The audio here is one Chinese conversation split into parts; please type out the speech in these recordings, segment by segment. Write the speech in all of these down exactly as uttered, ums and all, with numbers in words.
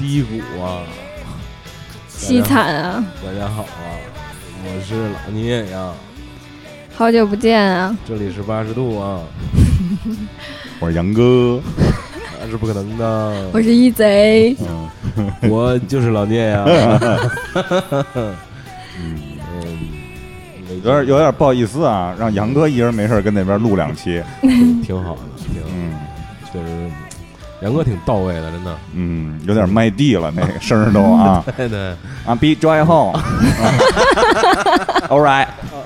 低谷啊， 凄惨啊！ 大家好啊，我是老聂呀， 好久不见啊！ 这里是八十度啊， 我是杨哥， 那是不可能的。 我是一贼， 嗯， 我就是老聂呀。 嗯， 有有点有点不好意思啊，让杨哥一人没事跟那边录两期， 挺好的，挺好的， 嗯， 确实，杨哥挺到位的，真的。 嗯，有点卖地了，那个声儿都啊， 对对啊 ，Be joy home，All right，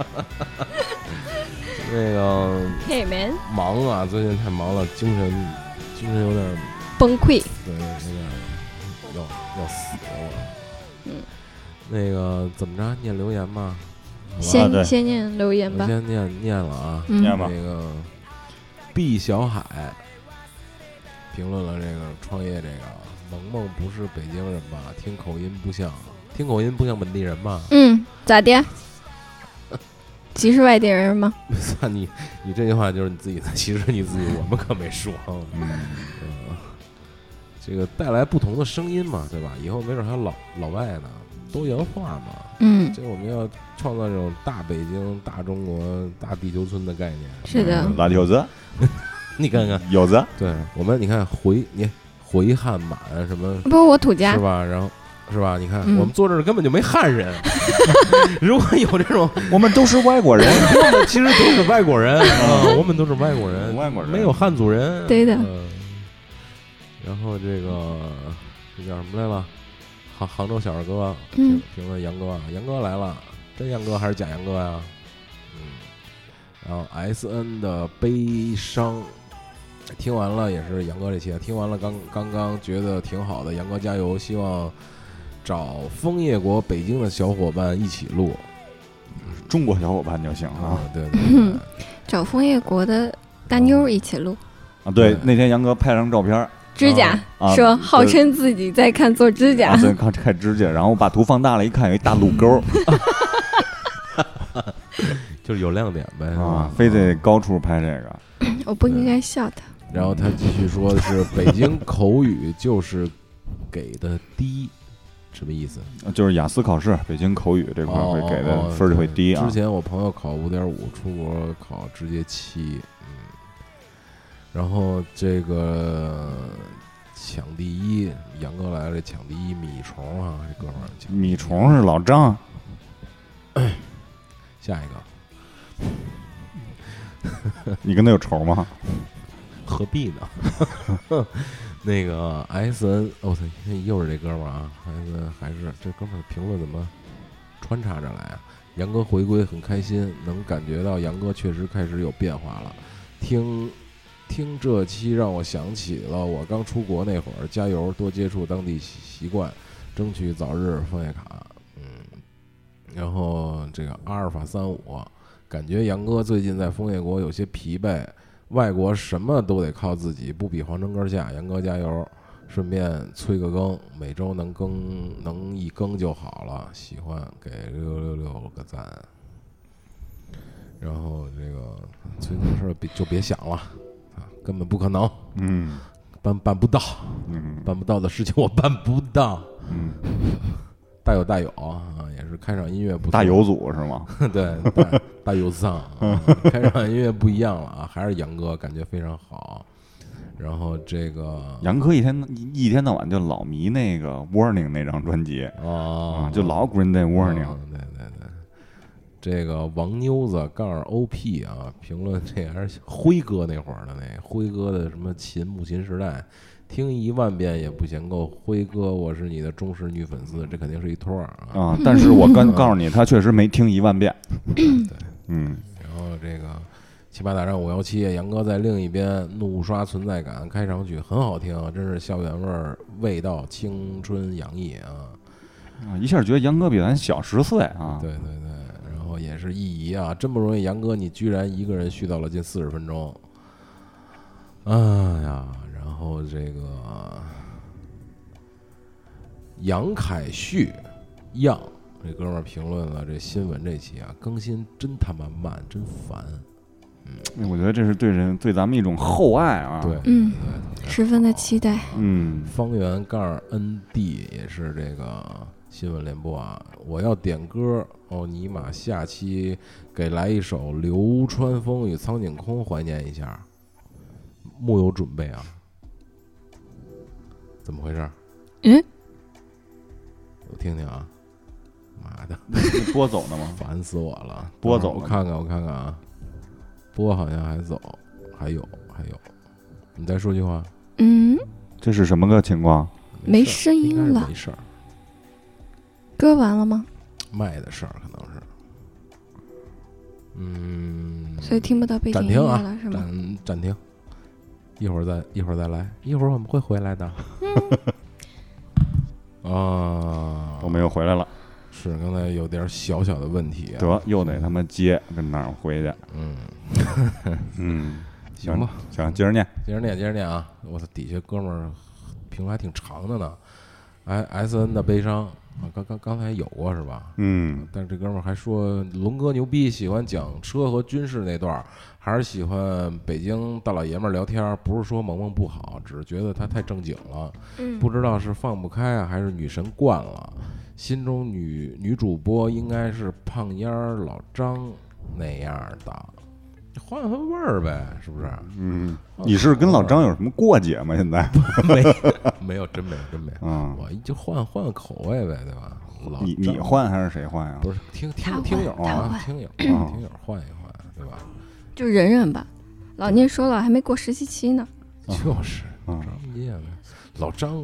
那个 Hey man， 忙啊，最近太忙了，精神精神有点崩溃。 对，有点要要死了我。 嗯， 那个怎么着？念留言吗？ 先、 啊、 先念留言吧。 我先念念了啊， 嗯、 念吧。 那个毕小海评论了这个创业这个，萌萌不是北京人吧？听口音不像，听口音不像本地人吧？ 嗯，咋的？歧视外地人吗？ 算你你这句话就是你自己的歧视你自己，我们可没说。 嗯， 呃，这个带来不同的声音嘛，对吧？以后没准还有老老外呢，多元化嘛。 嗯， 这我们要创造这种大北京、大中国、大地球村的概念。 是的， 拉柚子， 你看看， 柚子， 对我们，你看回你回汉满什么， 不，我土家是吧？然后是吧？你看、 嗯、 我们坐这儿根本就没汉人，如果有这种， 我们都是外国人， 我们其实都是外国人啊，我们都是外国人， 外国人没有汉族人， 对的。 嗯、然后这个这叫什么来了？杭杭州小二哥评评论杨哥啊，杨哥来了，真杨哥还是假杨哥呀？嗯，然后 S N 的悲伤，听完了也是杨哥这期，听完了刚刚刚觉得挺好的，杨哥加油，希望找枫叶国北京的小伙伴一起录， 中国小伙伴就行啊， 对对 对, 对， 找枫叶国的大妞一起录啊，对，那天杨哥拍张照片。 指甲、 啊、 说号称自己在看做指甲， 对，看看指甲，然后把图放大了，一看有一大鹿沟， 就是有亮点呗， 啊，非得高处拍这个， 我不应该笑他。 然后他继续说的是北京口语就是给的低，什么意思？ 就是雅思考试，北京口语这块会给的分就会低啊。 之前我朋友考五点五，出国考直接七。然后这个抢第一，杨哥来了，这抢第一米虫啊，这哥们儿米虫是老张。 下一个，你跟他有仇吗？ 何必呢？那个 S N， 我操，又是这哥们儿啊 ！S N 还是这哥们儿评论怎么穿插着来啊？杨哥回归很开心，能感觉到杨哥确实开始有变化了。听。听这期让我想起了我刚出国那会儿，加油，多接触当地习惯，争取早日枫叶卡。嗯，然后这个阿尔法三五，感觉杨哥最近在枫叶国有些疲惫，外国什么都得靠自己，不比皇城根下。杨哥加油！顺便催个更，每周能更能一更就好了。喜欢给六六六个赞。然后这个催更事儿就别想了。根本不可能， 嗯， 办办不到， 嗯， 办不到的事情我办不到， 嗯， 大有大有啊，也是开场音乐不大有组是吗？ 对，大大有丧、啊，开场音乐不一样了啊，还是杨哥感觉非常好。然后这个杨哥一天一天到晚就老迷那个 Warning 那张专辑哦、 啊，就老 Green Day Warning，、 哦、对对对。这个王妞子杠 O P 啊，评论这还是辉哥那会儿的那辉哥的什么琴木琴时代，听一万遍也不嫌够。辉哥，我是你的忠实女粉丝，这肯定是一托啊！ 啊，但是我刚告诉你，他确实没听一万遍。 对， 嗯。 然后这个七八大战五幺七，杨哥在另一边怒刷存在感，开场曲很好听，真是校园味儿，味道青春洋溢啊！ 啊，一下觉得杨哥比咱小十岁啊！ 对对对。也是意义啊，真不容易，杨哥你居然一个人续到了近四十分钟，哎呀，然后这个杨凯旭样这哥们儿评论了这新闻这期啊，更新真他妈慢，真烦，嗯， 我觉得这是对人对咱们一种厚爱啊。 对， 嗯， 对十分的期待。 嗯， 方圆杠 N D 也是这个新闻联播啊，我要点歌哦，尼玛，下期给来一首《流川枫与苍井空》，怀念一下。木有准备啊？怎么回事？ 嗯， 我听听啊。妈的， 播走呢吗？ 烦死我了！ 播走了， 我看看，我看看啊，播好像还走，还有还有，你再说句话。 嗯， 这是什么个情况？ 没声音了， 没事儿。 歌完了吗？ 麦的事儿可能是，嗯， 所以听不到背景音乐了，是吗？ 暂暂停，一会儿再一会儿再来，一会儿我们会回来的。啊， 我们又回来了。 是刚才有点小小的问题、啊， 得又得他妈接跟哪儿回去？ 嗯嗯， 行吧， 行，接着念， 接着念，接着念啊！我操，底下哥们儿评论还挺长的呢。哎 ，S N 的悲伤啊，刚刚刚才有过是吧？ 嗯， 但是这哥们儿还说龙哥牛逼，喜欢讲车和军事那段，还是喜欢北京大老爷们儿聊天，不是说萌萌不好，只是觉得他太正经了， 嗯， 不知道是放不开啊，还是女神惯了。心中女女主播应该是胖丫儿老张那样的，换换味儿呗，是不是？ 嗯，你是跟老张有什么过节吗？现在没没有，真没有，真没有。 嗯， 我就换换个口味呗，对吧？老你你换还是谁换呀？ 不是听听听友啊，听友听友换一换，对吧？ 就忍忍吧。老聂说了，还没过实习期呢。 就是嗯张业呢，老张。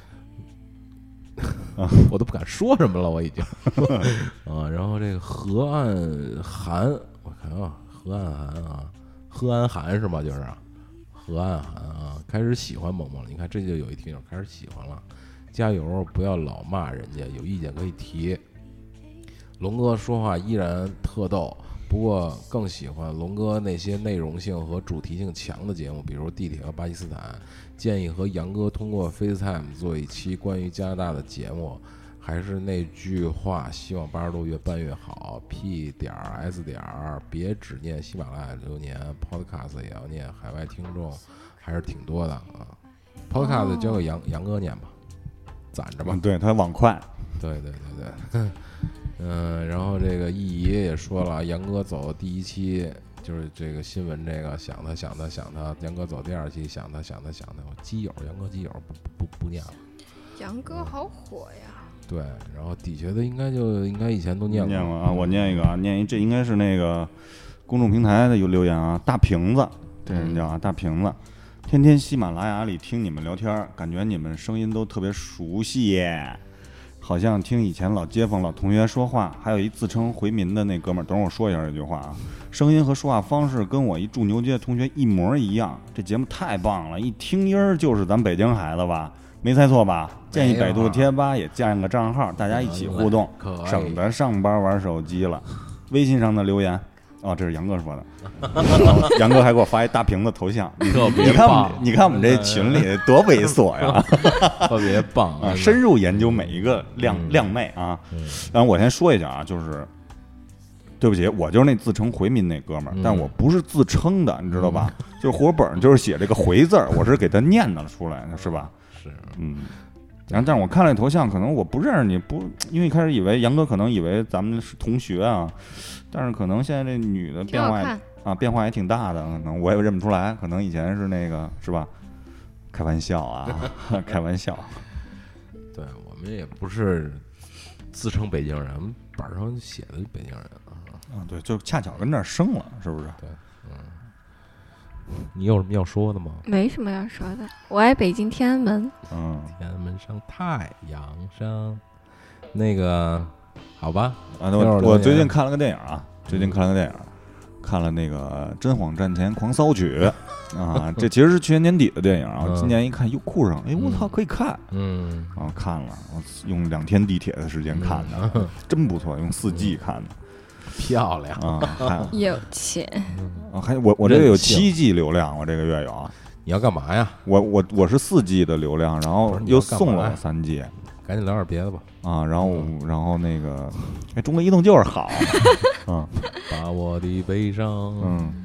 我都不敢说什么了，我已经啊。然后这个河岸寒，我看啊，河岸寒啊，河岸寒是吗？就是河岸寒啊，开始喜欢萌萌了。你看，这就有一听友开始喜欢了，加油，不要老骂人家，有意见可以提。龙哥说话依然特逗，不过更喜欢龙哥那些内容性和主题性强的节目，比如地铁和巴基斯坦。建议和杨哥通过 FaceTime 做一期关于加拿大的节目，还是那句话，希望八十度越办越好。P 点 S 点别只念喜马拉雅留言 ，Podcast 也要念，海外听众还是挺多的啊。Podcast 交给杨杨哥念吧，攒着吧。 对他网快。 对对对对，嗯，然后这个易姨也说了，杨哥走第一期。就是这个新闻，这个想他想他想他，杨哥走第二期想他想他想他，我基友杨哥基友不不不不念了。 杨哥好火呀！ 对，然后底下的应该就应该以前都念过。 念过啊，我念一个啊，念一这应该是那个公众平台的有留言啊，大瓶子，这人叫啊大瓶子，天天喜马拉雅里听你们聊天，感觉你们声音都特别熟悉耶。好像听以前老街坊老同学说话，还有一自称回民的那哥们儿，等会儿我说一下这句话啊，声音和说话方式跟我一住牛街的同学一模一样，这节目太棒了，一听音儿就是咱北京孩子吧，没猜错吧？建议百度贴吧也建个账号，大家一起互动，省得上班玩手机了。微信上的留言。哦，这是杨哥说的，杨哥还给我发一大瓶子头像， 特别棒。你看棒， 你看我们这群里多猥琐呀， 特别棒啊！深入研究每一个靓嗯、 靓妹啊。然后我先说一下啊，就是对不起，我就是那自称回民那哥们儿， 嗯、 但我不是自称的，你知道吧？嗯、就是户口本就是写这个回字儿，我是给他念的出来的，是吧？ 是， 嗯。然后，但是我看了头像，可能我不认识你，不，因为一开始以为杨哥可能以为咱们是同学啊，但是可能现在这女的变化啊，变化也挺大的，可能我也认不出来，可能以前是那个是吧？开玩笑啊，开玩笑。 对我们也不是自称北京人，板上写的北京人啊。 啊，对，就恰巧跟这儿生了，是不是？ 对，嗯。你有什么要说的吗？ 没什么要说的，我爱北京天安门。 嗯， 天安门上太阳上，那个好吧。 啊，我我最近看了个电影啊，最近看了个电影，看了那个《真谎战前狂骚曲》啊，这其实是去年年底的电影啊， 嗯、 今年一看优酷上，哎，我操，可以看， 嗯， 然后看了，我用两天地铁的时间看的，嗯、真不错，用四 G 看的。 漂亮啊， 有钱啊，还我我这个有七 G 流量，我这个月有啊。 你要干嘛呀？ 我我我是四 G 的流量，然后又送了我三 G。 赶紧聊点别的吧。 啊，然后然后那个，哎，中国移动就是好，嗯， 把我的悲伤， 嗯，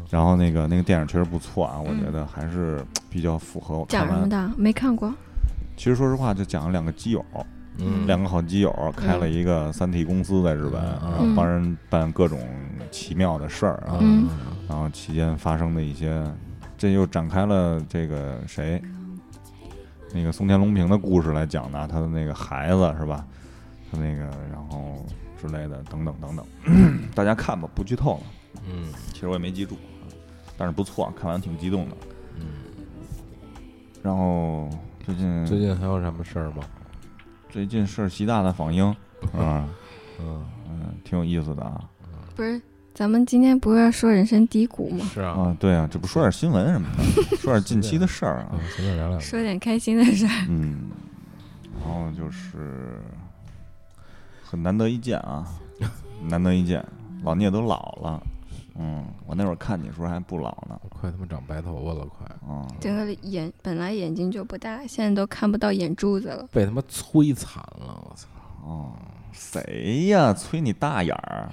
然后那个那个电影确实不错啊，我觉得还是比较符合我看完。 讲什么的？没看过。 其实说实话，就讲了两个基友， 嗯， 两个好基友开了一个三 T 公司在日本， 嗯、 然后帮人办各种奇妙的事儿啊， 嗯， 然后期间发生的一些，这又展开了这个谁，那个松田龙平的故事来讲的，他的那个孩子是吧？他那个然后之类的等等等等，大家看吧，不剧透了。 嗯， 其实我也没记住，但是不错，看完挺激动的。 嗯，然后最近最近还有什么事儿吗？ 最近是习大大访英，嗯嗯嗯，挺有意思的啊。 不是，咱们今天不是要说人生低谷吗？ 是啊， 啊，对啊，这不说点新闻什么的，说点近期的事儿啊， 随便聊聊， 说点开心的事儿。 嗯，然后就是很难得一见啊，难得一见，老聂都老了。嗯，我那会儿看你时候还不老呢， 快他妈长白头发了，快！ 嗯， 整个眼本来眼睛就不大，现在都看不到眼珠子了， 被他妈摧残了，我操！ 哦，谁呀？催你大眼儿？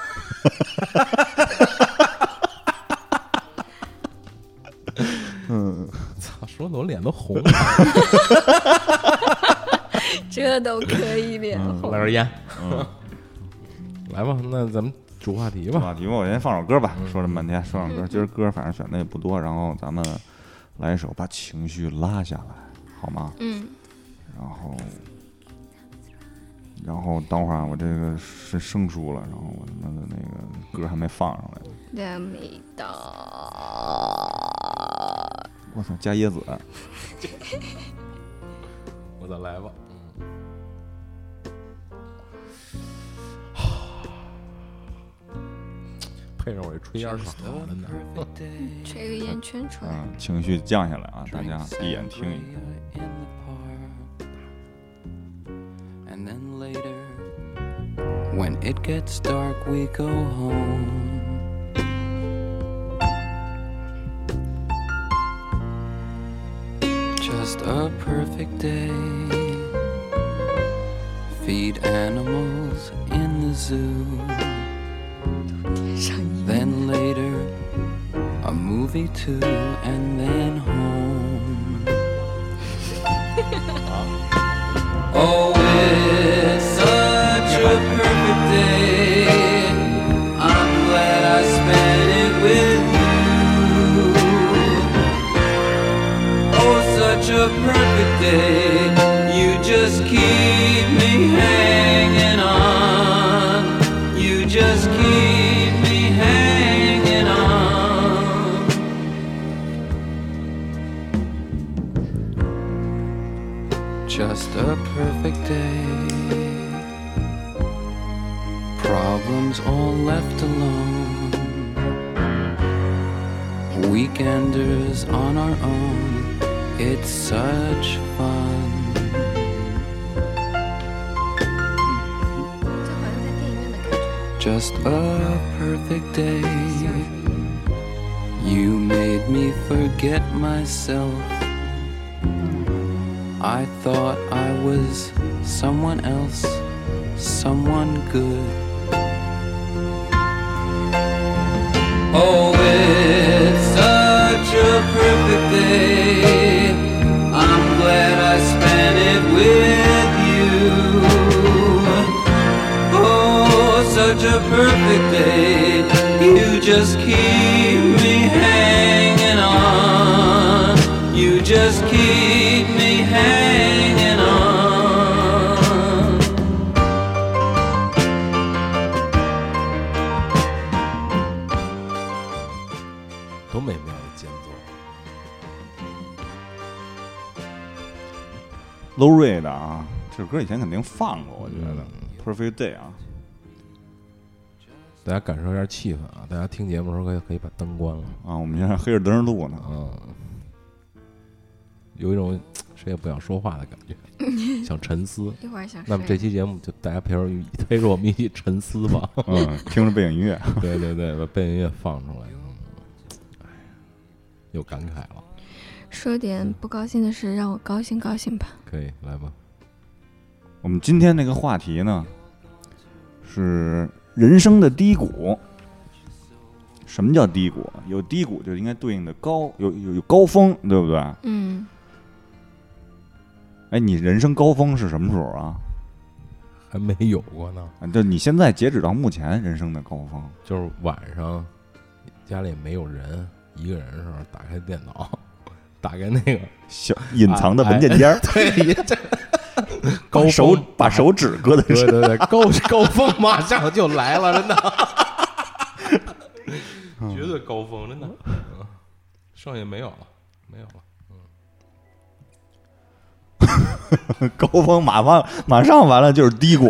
嗯， 操，说的我脸都红了。 这都可以脸红。 来根烟， 嗯， 来吧，那咱们。主话题吧， 话题吧，我先放首歌吧。说这么半天，说首歌，今儿歌反正选的也不多，然后咱们来一首把情绪拉下来，好吗？ 嗯。 然后，然后等会儿我这个是生疏了，然后我他妈的那个歌还没放上来。 还没到。 我操，加椰子。 我再来吧。配上我这吹烟可好了呢， 吹个烟圈出来。 嗯，情绪降下来啊，大家闭眼听一听。And then later, when it gets dark, we go home. Just a perfect day. Feed animals in the zoo.Then later, a movie too, and then home. Oh, it's such a perfect day. I'm glad I spent it with you. Oh, such a perfect day. You just keep me hanging on. You just keep.Just a perfect day. Problems all left alone. Weekenders on our own. It's such fun. Just a perfect day. You made me forget myself.I thought I was someone else, someone good. Oh, it's such a perfect day. I'm glad I spent it with you. Oh, such a perfect day. You just keep me hanging on. You just keep me hanging on. 多美妙的节奏 ，Low Ray 的啊，这首歌以前肯定放过，我觉得、嗯、Perfect Day 啊。大家感受一下气氛啊！大家听节目的时候可以可以把灯关了啊，我们现在黑着灯录呢，嗯。有一种谁也不想说话的感觉，想沉思。一会儿想。那么这期节目就大家陪着陪着我们一起沉思吧。嗯，听着背景音乐。对对对，把背景音乐放出来。哎，又感慨了。说点不高兴的事，让我高兴高兴吧。可以，来吧。我们今天这个话题呢，是人生的低谷。 什么叫低谷？有低谷就应该对应的高，有有有高峰，对不对？ 嗯， 哎，你人生高峰是什么时候啊？ 还没有过呢。 就你现在截止到目前人生的高峰， 就是晚上家里没有人，一个人的时候，打开电脑，打开那个小隐藏的文件夹， 对，这高把手峰把手指搁在上， 对对对，高高峰马上就来了，真的，绝对高峰，真的，嗯，剩下没有了，没有了。 高峰马上马上完了就是低谷，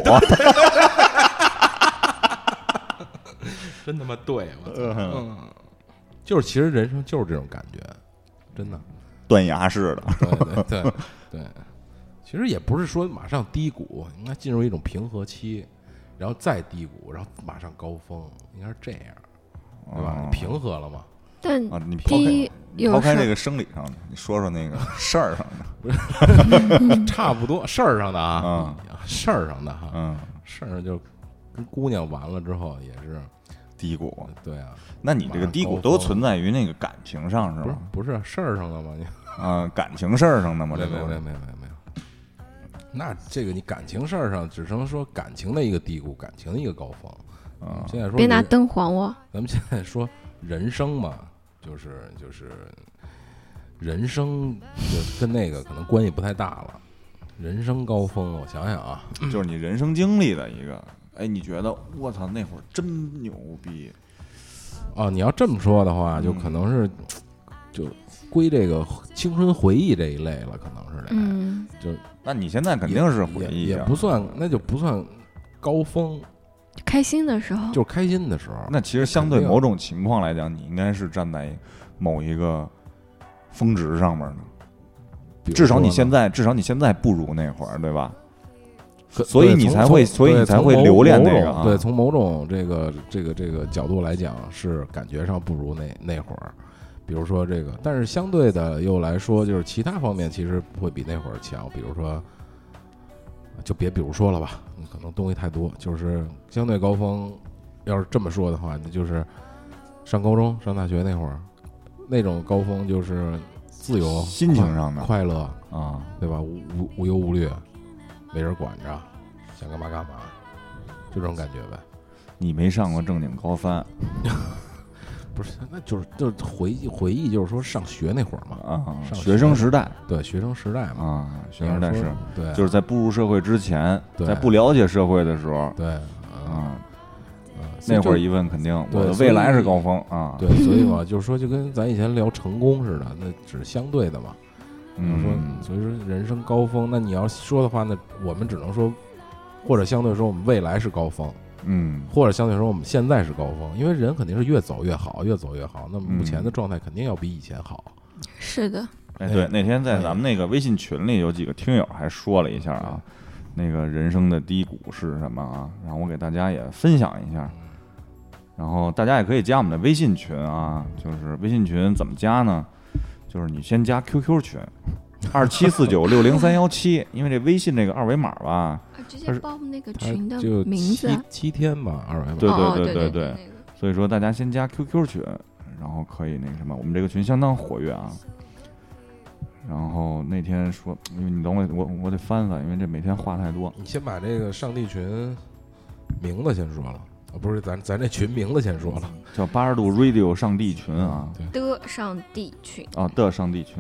真他妈对，我操，嗯，就是其实人生就是这种感觉，真的， 断崖式的， 对对对对，其实也不是说马上低谷，应该进入一种平和期，然后再低谷，然后马上高峰，应该是这样，对吧？ 哦你平和了嘛？ 但啊，你第一有时候抛开这个生理上的，你说说那个事儿上的， 差不多事儿上的啊， 嗯事儿上的哈， 嗯， 事儿就跟姑娘完了之后也是低谷。 对啊， 那你这个低谷都存在于那个感情上是不是吗？ 不是事儿上的吗？你啊，感情事儿上的吗？这都没有没有没有没有没有。那这个你感情事儿上只能说感情的一个低谷，感情的一个高峰。 啊， 现在说别拿灯晃我。 咱们现在说人生嘛，就是就是人生就跟那个可能关系不太大了。人生高峰，我想想啊， 就是你人生经历的一个，哎，你觉得我操那会儿真牛逼哦，你要这么说的话，就可能是就归这个青春回忆这一类了，可能是这， 嗯， 就那你现在肯定是回忆也也不算，那就不算高峰， 开心的时候就是开心的时候。 那其实相对某种情况来讲，你应该是站在某一个峰值上面的，至少你现在，至少你现在不如那会儿，对吧？所以你才会，所以你才会留恋那个、啊。 对，从某种这个这个这个角度来讲，是感觉上不如那那会儿。比如说这个，但是相对的又来说，就是其他方面其实会比那会儿强。比如说，就别比如说了吧，可能东西太多。就是相对高峰，要是这么说的话，那就是上高中、上大学那会儿，那种高峰就是自由、 心情上的快乐啊， 对吧？无无无忧无虑。没人管着，想干嘛干嘛，就这种感觉呗。 你没上过正经高三， 不是？那就是就是回忆回忆，就是说上学那会儿嘛啊， 上学生时代， 对，学生时代嘛啊，学生时代是， 对、啊， 就是在步入社会之前， 对在不了解社会的时候， 对， 啊，那会儿一问，肯定我的对未来是高峰啊， 对，所以嘛，就是说，就跟咱以前聊成功似的，那只是相对的嘛。 嗯， 说，所以说人生高峰，那你要说的话，那我们只能说，或者相对说我们未来是高峰， 嗯， 或者相对说我们现在是高峰，因为人肯定是越走越好，越走越好。那么目前的状态肯定要比以前好。 是的。 哎，对，那天在咱们那个微信群里有几个听友还说了一下啊，那个人生的低谷是什么啊？然后我给大家也分享一下，然后大家也可以加我们的微信群啊，就是微信群怎么加呢？就是你先加 Q Q 群，二七四九六零三幺七，因为这微信这个二维码吧， 啊，直接报那个群的名字， 七七天吧，二维码。 对对对对对对，所以说大家先加 Q Q 群，然后可以那个什么，我们这个群相当活跃啊。然后那天说，因为你等我，我我得翻翻，因为这每天话太多。 你先把这个上帝群名字先说了。啊，不是，咱咱这群名字先说了， 叫八十度 Radio 上帝群啊， 的上帝群啊的上帝群。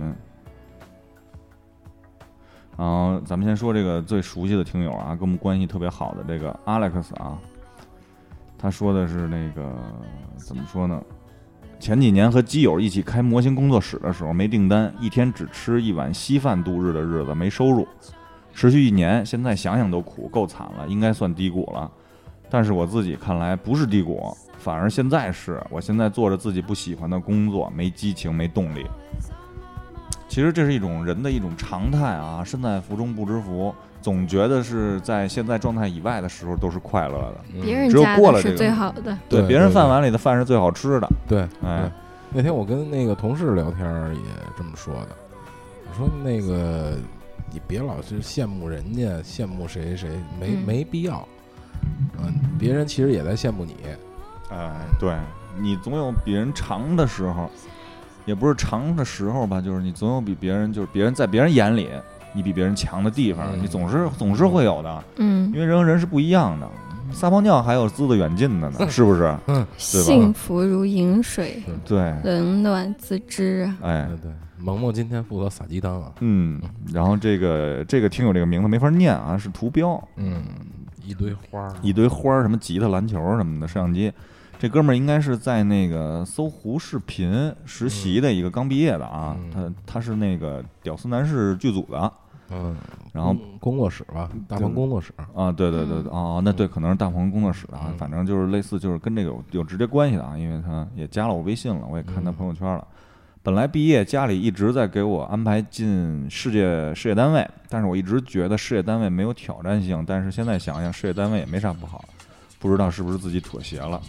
然后咱们先说这个最熟悉的听友啊，跟我们关系特别好的这个 Alex 啊，他说的是那个怎么说呢？前几年和基友一起开模型工作室的时候，没订单，一天只吃一碗稀饭度日的日子，没收入，持续一年，现在想想都苦，够惨了，应该算低谷了。但是我自己看来不是低谷，反而现在是我现在做着自己不喜欢的工作，没激情，没动力。其实这是一种人的一种常态啊，身在福中不知福，总觉得是在现在状态以外的时候都是快乐的， 别人家的是最好的， 对， 对别人饭碗里的饭是最好吃的。 对， 哎， 那天我跟那个同事聊天也这么说的，我说那个你别老是羡慕人家，羡慕谁谁，没、嗯、没必要。嗯，别人其实也在羡慕你， 哎，对， 你总有比人长的时候，也不是长的时候吧，就是你总有比别人，就是别人在别人眼里你比别人强的地方， 嗯、 你总是总是会有的。 嗯， 因为人和人是不一样的，撒泡尿还有滋得远近的呢，是不是？ 嗯， 对吧？ 幸福如饮水， 对， 冷暖自知啊。 哎， 对对，萌萌今天负责撒鸡汤啊。 嗯，然后这个这个听友这个名字没法念啊，是图标， 嗯，一堆花儿， 一堆花儿，什么吉他、篮球什么的，摄像机。这哥们儿应该是在那个搜狐视频实习的一个刚毕业的啊， 嗯、 他他是那个屌丝男士剧组的。 嗯， 然后工作室吧，大鹏工作室啊，对对对对，哦，那对，可能是大鹏工作室啊， 嗯、 反正就是类似，就是跟这个有有直接关系的啊，因为他也加了我微信了，我也看他朋友圈了。嗯、本来毕业家里一直在给我安排进事业事业单位，但是我一直觉得事业单位没有挑战性，但是现在想想，事业单位也没啥不好，不知道是不是自己妥协了。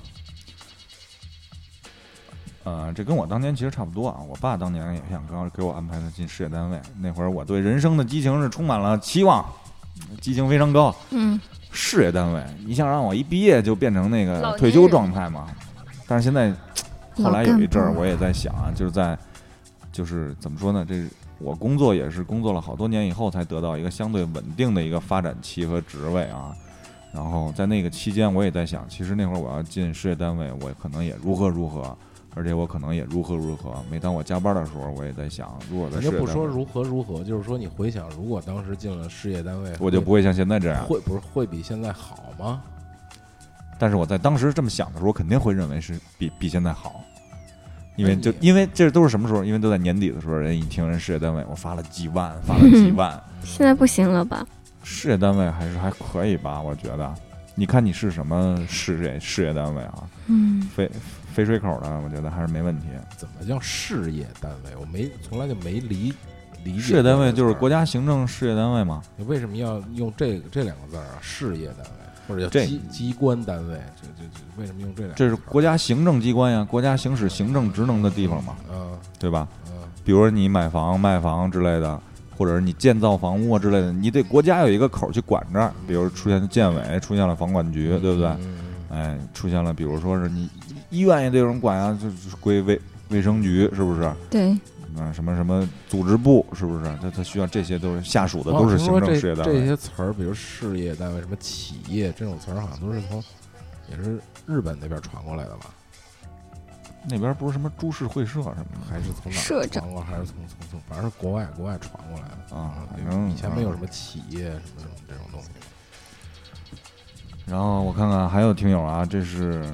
呃，这跟我当年其实差不多啊。我爸当年也想刚给我安排他进事业单位，那会儿我对人生的激情是充满了期望，激情非常高。 嗯， 事业单位，你想让我一毕业就变成那个退休状态嘛？但是现在，后来有一阵儿我也在想啊，就是在，就是怎么说呢？这我工作也是工作了好多年以后才得到一个相对稳定的一个发展期和职位啊。然后在那个期间，我也在想，其实那会儿我要进事业单位，我可能也如何如何。而且我可能也如何如何。每当我加班的时候，我也在想，如果在事业单位， 人家不说如何如何，就是说你回想，如果当时进了事业单位， 我就不会像现在这样， 会不是会比现在好吗？ 但是我在当时这么想的时候，我肯定会认为是比比现在好，因为就因为这都是什么时候？因为都在年底的时候，人一听人事业单位，我发了几万，发了几万， 现在不行了吧？ 事业单位还是还可以吧？我觉得，你看你是什么事业事业单位啊？ 嗯， 非。飞水口的，我觉得还是没问题。 怎么叫事业单位？我没从来就没理理解。 事业单位就是国家行政事业单位嘛？ 你为什么要用这个这两个字啊？事业单位或者叫机机关单位？这这这为什么用这两个？ 这是国家行政机关呀，国家行使行政职能的地方嘛， 嗯， 对吧？ 嗯， 比如说你买房、卖房之类的，或者是你建造房屋啊之类的，你得国家有一个口去管着。比如出现建委，出现了房管局，对不对？哎，出现了，比如说是你。医院也得有人管啊，就是归卫卫生局，是不是？ 对。 啊，什么什么组织部，是不是？他他需要这些都是下属的，都是行政事业单位。 这些词儿，比如事业单位、什么企业这种词儿，好像都是从也是日本那边传过来的吧？ 那边不是什么株式会社什么的， 还是从哪儿传过？还是从从从，反正是国外国外传过来的啊。反正以前没有什么企业什么这种东西。 然后我看看还有听友啊，这是。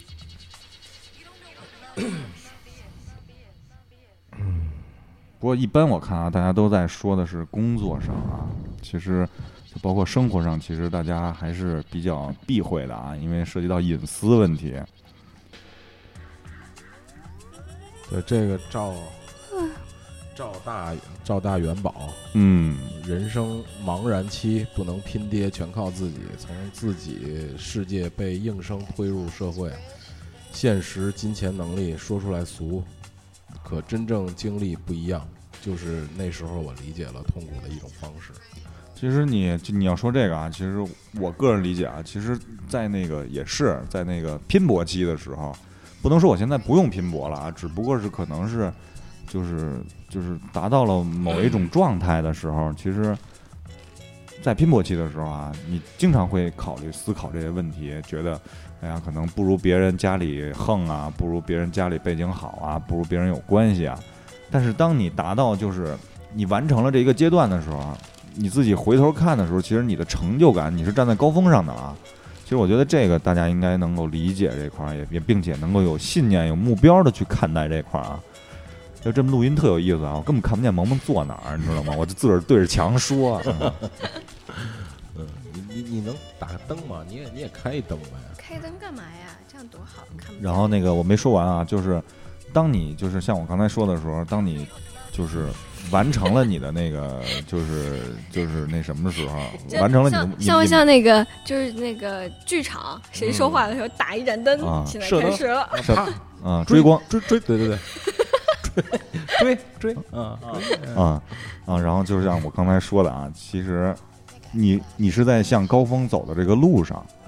嗯，不过一般我看啊，大家都在说的是工作上啊，其实就包括生活上，其实大家还是比较避讳的啊，因为涉及到隐私问题。 对，这个赵赵大赵大元宝， 嗯， 人生茫然期，不能拼爹，全靠自己，从自己世界被应声推入社会。现实金钱能力说出来俗，可真正经历不一样，就是那时候我理解了痛苦的一种方式。 其实你你要说这个啊，其实我个人理解啊，其实在那个也是在那个拼搏期的时候，不能说我现在不用拼搏了啊，只不过是可能是就是就是达到了某一种状态的时候，其实在拼搏期的时候啊，你经常会考虑思考这些问题，觉得哎呀，可能不如别人家里横啊，不如别人家里背景好啊，不如别人有关系啊。但是当你达到就是你完成了这一个阶段的时候啊，你自己回头看的时候，其实你的成就感你是站在高峰上的啊。其实我觉得这个大家应该能够理解这块，也也并且能够有信念、有目标的去看待这块啊。就这么录音特有意思啊，我根本看不见萌萌坐哪儿，你知道吗？我就自个儿对着墙说。嗯嗯，你你你能打个灯吗？你也你也开一灯呗。 开灯干嘛呀？这样多好看。 然后那个我没说完啊，就是当你就是像我刚才说的时候，当你就是完成了你的那个就是就是那什么的时候，完成了你的像不像那个就是那个剧场谁说话的时候打一盏灯， 嗯、 现在开始了， 啊、嗯，追光追追对对对。追追啊啊啊！然后就像我刚才说的啊，其实你你是在向高峰走的这个路上， 嗯，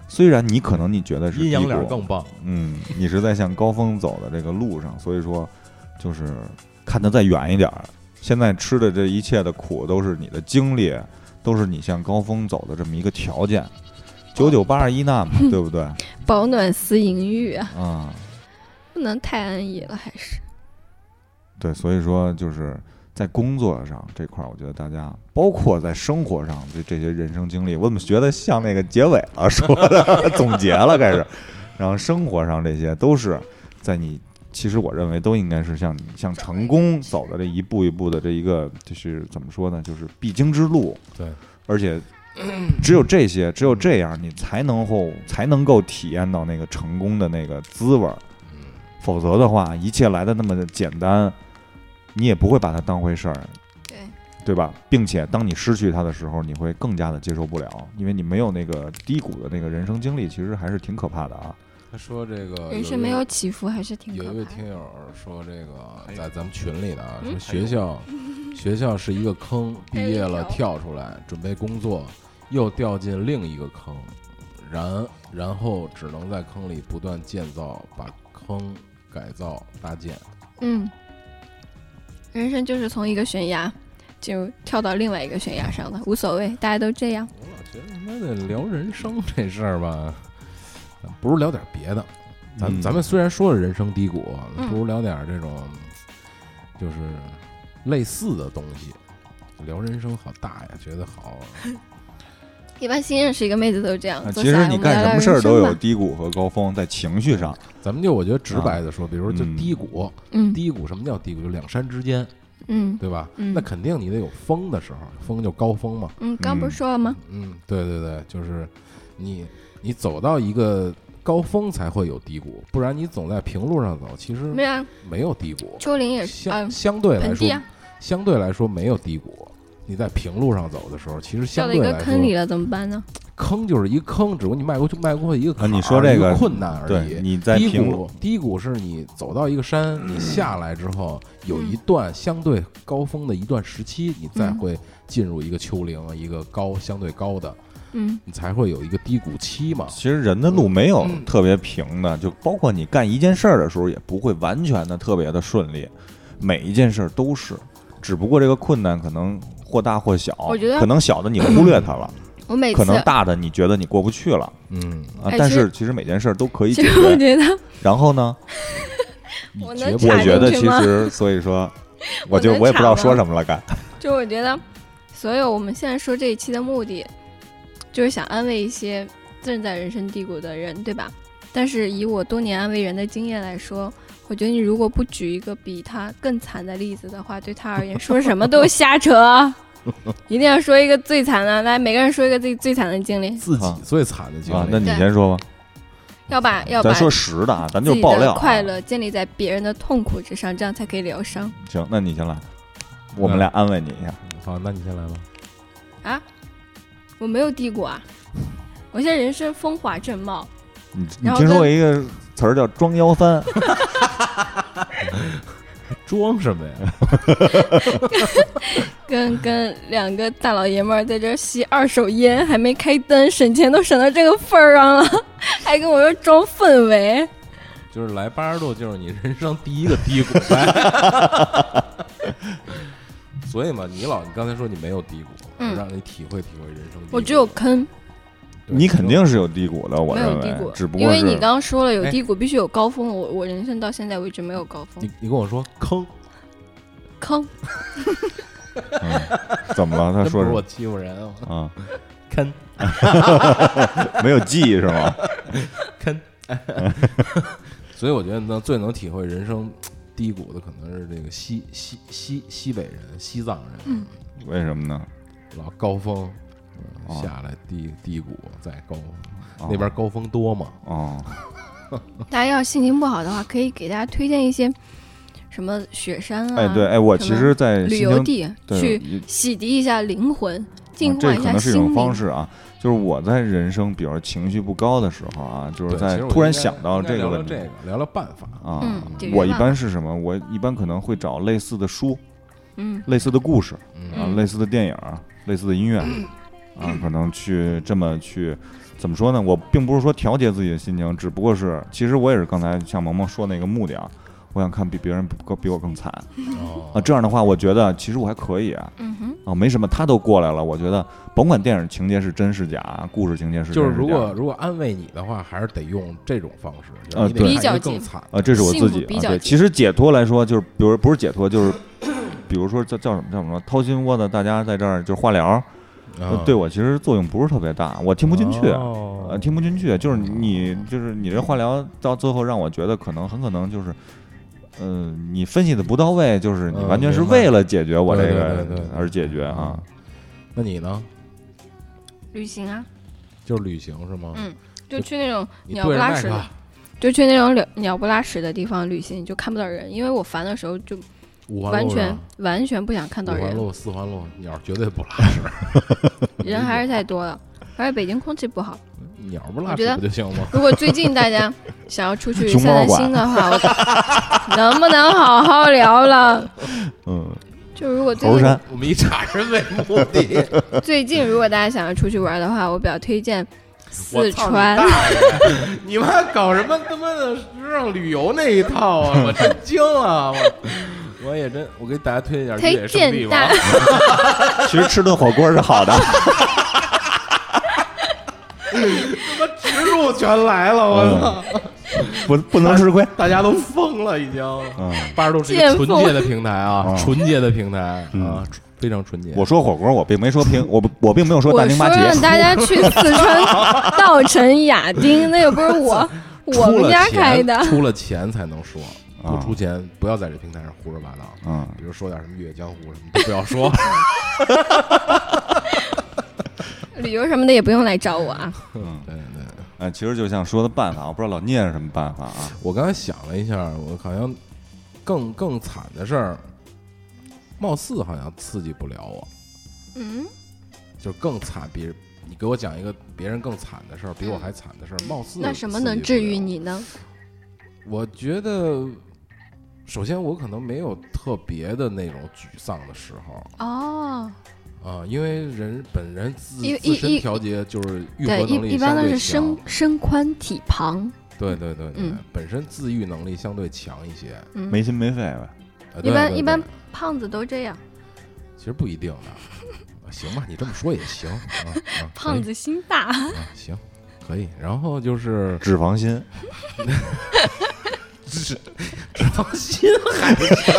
虽然你可能你觉得是阴阳低谷脸更棒， 嗯，你是在向高峰走的这个路上，所以说就是看得再远一点儿。现在吃的这一切的苦都是你的经历，都是你向高峰走的这么一个条件。九九八十一难嘛，对不对？ 保暖思淫欲啊， 啊、嗯， 不能太安逸了，还是。 对，所以说就是在工作上这块儿，我觉得大家包括在生活上这这些人生经历，我怎么觉得像那个结尾了说的总结了开始，然后生活上这些都是在你其实我认为都应该是像你向成功走的这一步一步的这一个就是怎么说呢，就是必经之路。 对， 而且只有这些，只有这样，你才能够才能够体验到那个成功的那个滋味儿。否则的话，一切来的那么简单，你也不会把它当回事儿， 对对吧？并且当你失去它的时候，你会更加的接受不了，因为你没有那个低谷的那个人生经历，其实还是挺可怕的啊。 他说这个人生没有起伏还是挺可怕的。 有一位听友说这个在咱们群里的啊，说学校学校是一个坑，毕业了跳出来准备工作，又掉进另一个坑，然然后只能在坑里不断建造，把坑改造搭建。 嗯，人生就是从一个悬崖就跳到另外一个悬崖上的，无所谓，大家都这样。 我老觉得他妈的聊人生这事儿吧，咱不如聊点别的。咱、嗯、咱们虽然说了人生低谷，不如聊点这种就是类似的东西。聊人生好大呀，觉得好。 一般新认识一个妹子都这样。 啊、其实你干什么事儿都有低谷和高峰，在情绪上。 咱们就我觉得直白的说，啊、比如说就低谷， 嗯， 低谷什么叫低谷？就两山之间， 嗯， 对吧？ 嗯， 那肯定你得有峰的时候，峰就高峰嘛。 嗯，刚不是说了吗？ 嗯，对对对，就是你你走到一个高峰才会有低谷，不然你总在平路上走，其实没有没有低谷。 丘陵也是相相对来说， 啊、 相对来说没有低谷。你在平路上走的时候，其实相对来说， 掉到一个坑里了怎么办呢？ 坑就是一个坑，只不过你迈过去迈过一个坎、 啊。你说这个困难而已。 对，你在平路低谷是你走到一个山，你下来之后有一段相对高峰的一段时期，你再会进入一个丘陵，一个高相对高的， 嗯， 你才会有一个低谷期嘛。 其实人的路没有特别平的，就包括你干一件事儿的时候，也不会完全的特别的顺利，每一件事儿都是，只不过这个困难可能或大或小， 我觉得可能小的你忽略它了。 我每次可能大的你觉得你过不去了， 嗯啊，但是其实每件事都可以解决。 我觉得， 然后呢， 我能我觉得其实，所以说，我就我也不知道说什么了，该。 就我觉得，所有我们现在说这一期的目的，就是想安慰一些正在人生低谷的人，对吧？但是以我多年安慰人的经验来说，我觉得你如果不举一个比他更惨的例子的话，对他而言说什么都瞎扯。一定要说一个最惨的，来，每个人说一个自己最惨的经历， 自己最惨的经历。 啊，那你先说吧。 要把要把咱说实的啊，咱就爆料、啊。 快乐建立在别人的痛苦之上，这样才可以疗伤。 行，那你先来，我们俩安慰你一下。 嗯、好，那你先来吧。 啊，我没有低谷啊，我现在人生风华正茂。 你你听说过一个词儿叫装幺三？ 装什么呀？ 跟跟两个大老爷们儿在这吸二手烟，还没开灯，省钱都省到这个份儿上了，还跟我说装氛围。 就是来八十度，就是你人生第一个低谷呗。所以嘛，你老你刚才说你没有低谷，嗯、让你体会体会人生低谷。 我只有坑。 你肯定是有低谷的，我认为， 没有低谷， 只不过因为你刚刚说了有低谷必须有高峰，我我人生到现在为止没有高峰。 你你跟我说坑， 坑， 嗯，怎么了？他说是我欺负人啊， 坑， 没有记忆是吗？ 坑，所以我觉得能最能体会人生低谷的可能是这个西西西西北人、西藏人， 嗯， 为什么呢？ 老高峰。嗯、下来低低谷再高、哦，那边高峰多嘛？ 哦， 大家要心情不好的话，可以给大家推荐一些什么雪山啊， 哎对，哎我其实，在旅游地去洗涤一下灵魂，净化一下心灵、 啊。这可能是一种方式啊。就是我在人生，比如情绪不高的时候啊，就是在突然想到这个问题， 聊聊这个聊聊办法啊、 嗯。 我一般是什么？我一般可能会找类似的书， 嗯， 类似的故事、 嗯、 啊，类似的电影，类似的音乐。 嗯啊，可能去这么去。怎么说呢？我并不是说调节自己的心情，只不过是，其实我也是刚才像萌萌说那个目的啊，我想看比别人比我更惨、 哦、 啊，这样的话，我觉得其实我还可以啊， 嗯哼， 啊，没什么，他都过来了，我觉得甭管电影情节是真是假，故事情节是真是假， 就是如果如果安慰你的话，还是得用这种方式， 呃， 对， 比较更惨啊，这是我自己啊，对，其实解脱来说，就是比如不是解脱，就是比如说叫叫什么叫什么掏心窝子，大家在这儿就是化疗。 哦、 对我其实作用不是特别大，我听不进去， 哦、 呃，听不进去，就是你就是你这化疗到最后让我觉得可能很可能就是，嗯、呃，你分析的不到位，就是你完全是为了解决我这个而解决啊。 那你呢？ 旅行啊， 就是旅行是吗？ 嗯，就去那种鸟不拉屎的，就去那种鸟不拉屎的地方旅行，就看不到人，因为我烦的时候就。完全完全不想看到人。 五环路、四环路，鸟绝对不拉屎， 人还是太多了，而且北京空气不好。 鸟不拉屎不就行吗？ 如果最近大家想要出去散散心的话，我能不能好好聊了？嗯，就如果最近我们以查人为目的， 最近如果大家想要出去玩的话，我比较推荐四川。 你, 你们还搞什么他妈的时尚旅游那一套啊？我真惊了，我。我也真，我给大家推荐点越野圣地吧。 其实吃顿火锅是好的。 他妈植入全来了，我操！ 嗯、不不能吃亏， 大家都疯了已经。嗯，八十度是一个纯洁的平台啊，嗯、纯洁的平台啊，嗯、非常纯洁。 我说火锅，我并没说平，我我并没有说大丁八节。 我说让大家去四川稻城亚丁，那又不是我我们家开的。 出了钱才能说。不出钱，不要在这平台上胡说八道。嗯，比如说点什么越野江湖什么都不要说。 旅游什么的也不用来找我啊。 嗯，对对。 哎，其实就像说的办法，我不知道老聂是什么办法啊。 我刚才想了一下，我好像更更惨的事儿，貌似好像刺激不了我。 嗯。 就是更惨，比你给我讲一个别人更惨的事儿，比我还惨的事儿，貌似。 那什么能治愈你呢？ 我觉得。首先，我可能没有特别的那种沮丧的时候哦， 啊，因为人本人自自身调节就是愈合能力一般都是身身宽体胖， 对对对对，嗯、本身自愈能力相对强一些， 嗯、 没心没肺呗。 啊、 一般一般胖子都这样， 其实不一定的，行吧，你这么说也行啊。啊胖子心大， 啊、行，可以。然后就是脂肪心。 是脂肪心还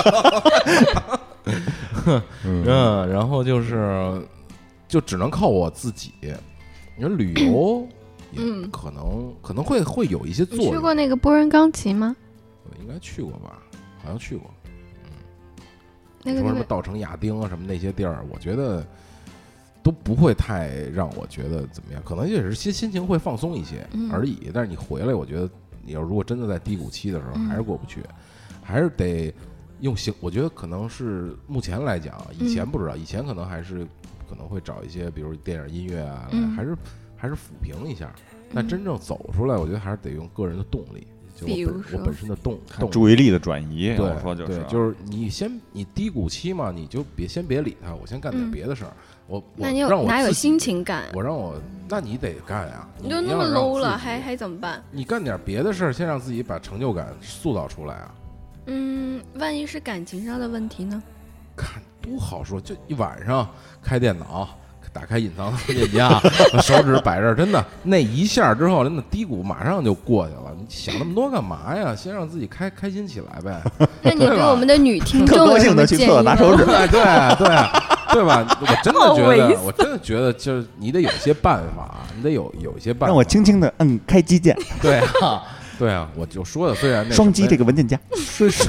行，嗯，然后就是就只能靠我自己。你说旅游也可能、嗯、可能会会有一些作用。 你去过那个波人钢琴吗？ 我应该去过吧，好像去过。嗯， 那个说什么稻城亚丁啊什么那些地儿，我觉得都不会太让我觉得怎么样，可能也是心心情会放松一些而已。嗯、但是你回来，我觉得。你要如果真的在低谷期的时候，还是过不去，嗯、还是得用行。我觉得可能是目前来讲，以前不知道，嗯、以前可能还是可能会找一些，比如电影音乐啊， 嗯、 还是还是抚平一下。但真正走出来，我觉得还是得用个人的动力，就我本我本身的动动注意力的转移。 对， 我说就是， 对，就是你先你低谷期嘛，你就别先别理他，我先干点别的事儿。嗯我那你让我哪有心情干？ 我让我，那你得干呀！ 你就那么 low 了，还还怎么办？ 你干点别的事儿，先让自己把成就感塑造出来啊！ 嗯，万一是感情上的问题呢？ 看多好说，就一晚上开电脑，打开隐藏文件夹，手指摆这儿，真的那一下之后，真的低谷马上就过去了。你想那么多干嘛呀？先让自己开开心起来呗。 那你对我们的女听众有什么建议吗？拿手指， 对对对。对吧？我真的觉得，我真的觉得，就是你得有一些办法，你得有有一些办法。 让我轻轻的摁开机键。 对啊，对啊，我就说的，虽然那双击这个文件夹， 是是，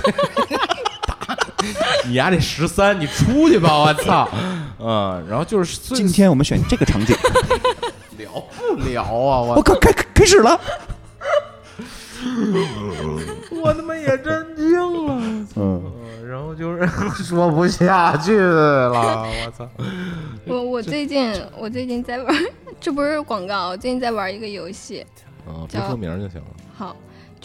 你丫这十三，你出去吧，我操！嗯，然后就是今天我们选这个场景， 聊不聊啊？我我靠，开开始了。 我他妈也震惊了，嗯，然后就是说不下去了，我操！ 我我最近我最近在玩，这不是广告，我最近在玩一个游戏， 啊，别说名就行了。 好，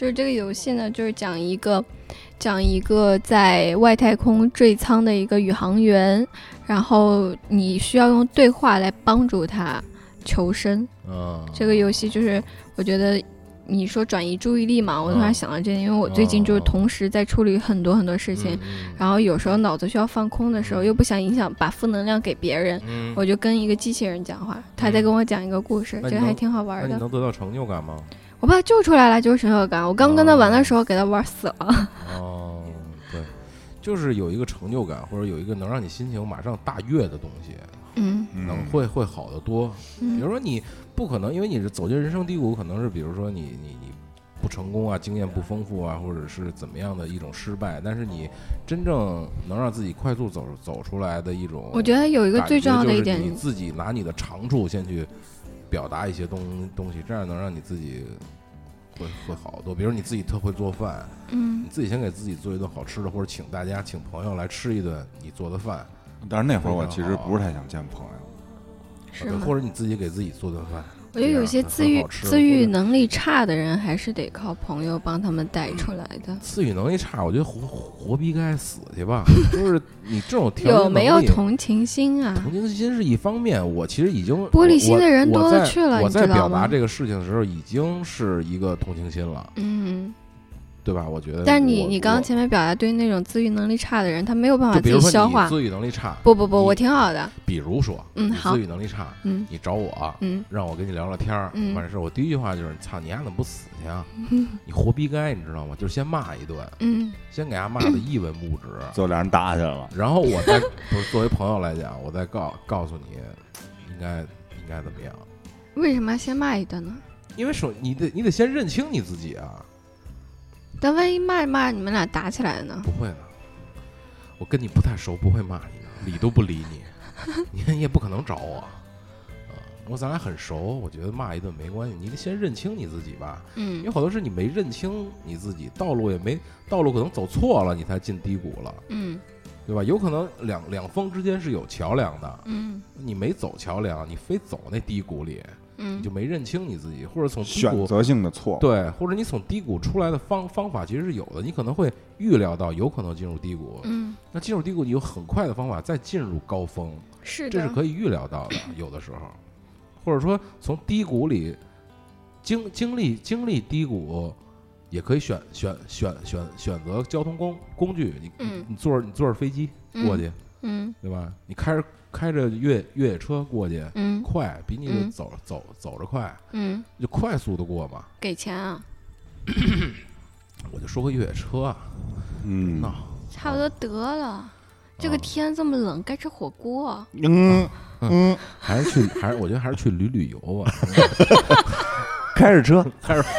就是这个游戏呢，就是讲一个讲一个在外太空坠舱的一个宇航员，然后你需要用对话来帮助他求生。 嗯， 这个游戏就是我觉得你说转移注意力嘛，我突然想到这点，因为我最近就是同时在处理很多很多事情， 嗯、 然后有时候脑子需要放空的时候，又不想影响把负能量给别人， 嗯、 我就跟一个机器人讲话，他在跟我讲一个故事， 嗯、 这个还挺好玩的。 那你能得到成就感吗？ 我把他救出来了，就是成就感。我刚跟他玩的时候，给他玩死了。 哦，对，就是有一个成就感，或者有一个能让你心情马上大悦的东西， 嗯， 能会会好得多。 嗯、 比如说你不可能，因为你是走进人生低谷，可能是比如说你你你不成功啊，经验不丰富啊，或者是怎么样的一种失败，但是你真正能让自己快速走走出来的一种， 我觉得有一个最重要的一点， 你自己拿你的长处先去表达一些东东西，这样能让你自己会会好多。比如你自己特会做饭， 嗯， 你自己先给自己做一顿好吃的，或者请大家请朋友来吃一顿你做的饭。 但是那会儿我其实不是太想见朋友， 是吗？ 或者你自己给自己做顿饭。 我觉得有些自愈自愈能力差的人，还是得靠朋友帮他们带出来的。 自愈能力差，我觉得活活逼该死去吧。就是你这种有没有同情心啊？ 同情心是一方面，我其实已经玻璃心的人多了去了。 我在表达这个事情的时候，已经是一个同情心了。 嗯。 对吧？我觉得， 但你你刚刚前面表达对那种自愈能力差的人，他没有办法自己消化。 自愈能力差， 不不不，我挺好的。 比如说， 嗯，好， 自愈能力差， 嗯， 你找我， 嗯， 让我跟你聊聊天儿， 嗯， 完事，我第一句话就是，操，你丫怎么不死去啊？嗯、你活逼该，你知道吗？就是先骂一顿， 嗯， 先给他骂的一文不值， 最后俩人打起来了。 然后我再不是作为朋友来讲，我再告告诉你，应该应该怎么样？ 为什么要先骂一顿呢？ 因为首你得你得先认清你自己啊。 但万一骂一骂你们俩打起来呢？ 不会的，我跟你不太熟，不会骂你的，理都不理你，你你也不可能找我，啊、呃，我咱俩很熟，我觉得骂一顿没关系，你得先认清你自己吧， 嗯， 因为好多事你没认清你自己，道路也没道路可能走错了，你才进低谷了， 嗯， 对吧？有可能两两峰之间是有桥梁的， 嗯， 你没走桥梁，你非走那低谷里。 嗯， 你就没认清你自己，或者从低谷选择性的错误， 对，或者你从低谷出来的方方法其实是有的，你可能会预料到有可能进入低谷， 嗯， 那进入低谷你有很快的方法再进入高峰， 是的， 这是可以预料到的，有的时候，或者说从低谷里经经历经历低谷，也可以选选选选选择交通工工具，你、 嗯、 你坐着你坐着飞机过去， 嗯， 对吧？你开着。开着越越野车过去， 嗯， 快，比你嗯、 走走走着快， 嗯， 就快速的过嘛。 给钱啊？ 我就说个越野车啊， 嗯， 那差不多得了。啊、这个天这么冷，该吃火锅、啊。 嗯嗯， 还是去，还是我觉得还是去旅旅游吧。 开着车， 开着。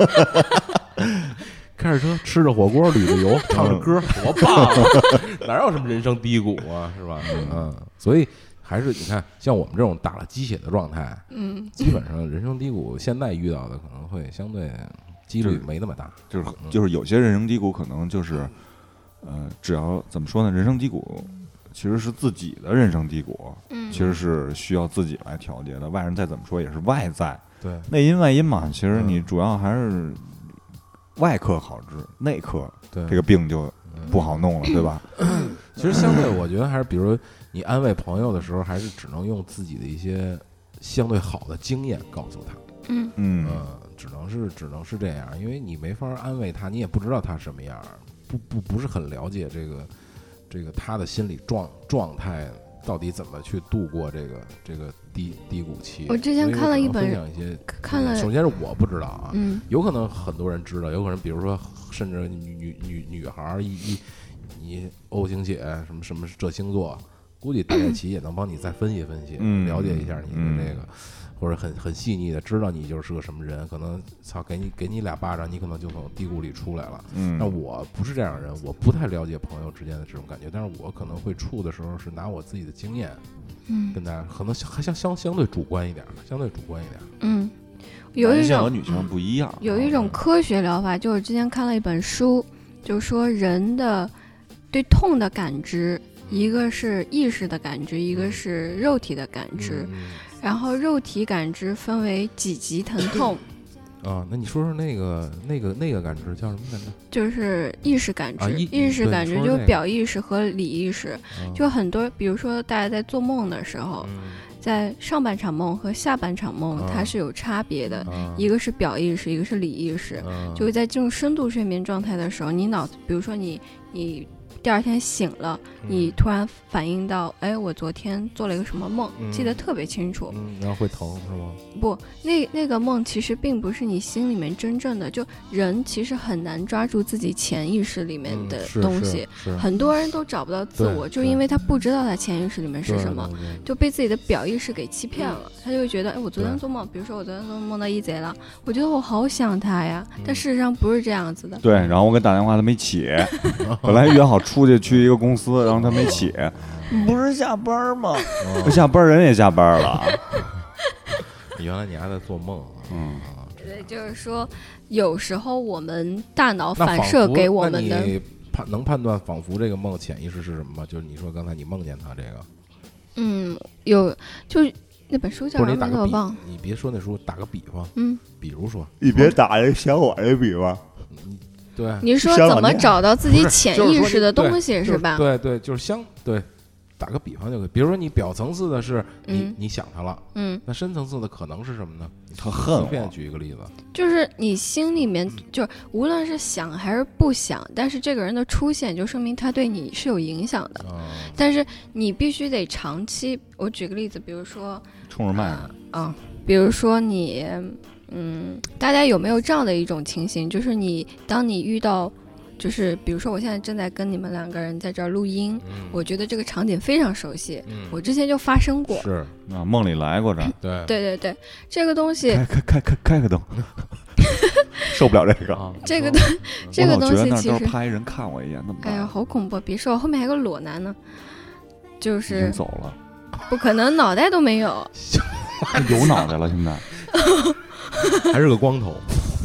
开着车，吃着火锅，捋着油，唱着歌，多棒啊！哪有什么人生低谷啊，是吧？嗯，所以还是你看，像我们这种打了鸡血的状态， 嗯， 基本上人生低谷现在遇到的可能会相对几率没那么大， 就是就是有些人生低谷可能就是，呃，只要怎么说呢？人生低谷其实是自己的人生低谷， 嗯， 其实是需要自己来调节的。外人再怎么说也是外在， 对， 内因外因嘛。其实你主要还是。外科好治，内科对这个病就不好弄了，嗯、对吧？ 其实相对，我觉得还是，比如你安慰朋友的时候，还是只能用自己的一些相对好的经验告诉他。 嗯嗯、 呃，只能是只能是这样，因为你没法安慰他，你也不知道他什么样，不不不是很了解这个这个他的心理状状态到底怎么去度过这个这个低低谷期。 我之前看了一本， 分享一些看了， 首先是我不知道啊， 嗯， 有可能很多人知道，有可能比如说甚至女女女女孩一一你 O 型血什么什么这星座，估计大概其也能帮你再分析分析， 嗯、 了解一下你的这个。 嗯或者很很细腻的知道你就是个什么人，可能操给你给你俩巴掌，你可能就从低谷里出来了。 嗯， 那我不是这样的人，我不太了解朋友之间的这种感觉，但是我可能会处的时候是拿我自己的经验， 嗯， 跟大家可能还相相相对主观一点，相对主观一点。 嗯，有一种和女性不一样， 有一种科学疗法，就是之前看了一本书，就是说人的对痛的感知，一个是意识的感知，一个是肉体的感知。 嗯然后肉体感知分为几级疼痛， 啊，那你说说那个那个那个感知叫什么感知？ 就是意识感知， 啊、意意识感知就是表意识和里意识， 嗯、 就很多，比如说大家在做梦的时候。嗯在上半场梦和下半场梦、嗯、它是有差别的、嗯、一个是表意识一个是里意识、嗯、就是在进入深度睡眠状态的时候，你脑子比如说你你第二天醒了、嗯、你突然反应到哎我昨天做了一个什么梦、嗯、记得特别清楚、 嗯、然后会疼是吗？ 不，那那个梦其实并不是你心里面真正的，就人其实很难抓住自己潜意识里面的东西、 嗯、是是是很多人都找不到自我，就因为他不知道他潜意识里面是什么，就被自己的表意识给欺骗了、嗯、他就会觉得哎我昨天做梦，比如说我昨天做梦梦到一贼了，我觉得我好想他呀、嗯、但事实上不是这样子的。 对，然后我给打电话他没起本来约好出去去一个公司，然后他没起不是下班吗、哦、下班人也下班了原来你还在做梦。 嗯， 对，就是说有时候我们大脑反射给我们的， 那你判能判断仿佛这个梦潜意识是什么吗？就是你说刚才你梦见他这个， 嗯，有，就是那本书叫什么我忘了， 你别说那书，打个比方， 嗯， 比如说你别打这小我这比方， 对， 你说怎么找到自己潜意识的东西 是, 是吧？ 对对，就是相对。打个比方就可以，比如说你表层次的是你、嗯、你想他了， 嗯， 那深层次的可能是什么呢？ 他恨我。 随便举一个例子， 就是你心里面就无论是想还是不想，但是这个人的出现就说明他对你是有影响的。 嗯、 但是你必须得长期。我举个例子，比如说冲着麦的， 嗯、呃，比如说你，嗯，大家有没有这样的一种情形，就是你当你遇到。就是比如说我现在正在跟你们两个人在这儿录音、嗯、我觉得这个场景非常熟悉、嗯、我之前就发生过， 是啊，梦里来过这对对对对，这个东西开开开开开个灯受不了这个、啊、 这个东这个东西其实拍人看我一眼，怎么办？ 哎呀好恐怖，别说后面还有个裸男呢，就是已经走了， 不可能脑袋都没有有脑袋了现在还是个光头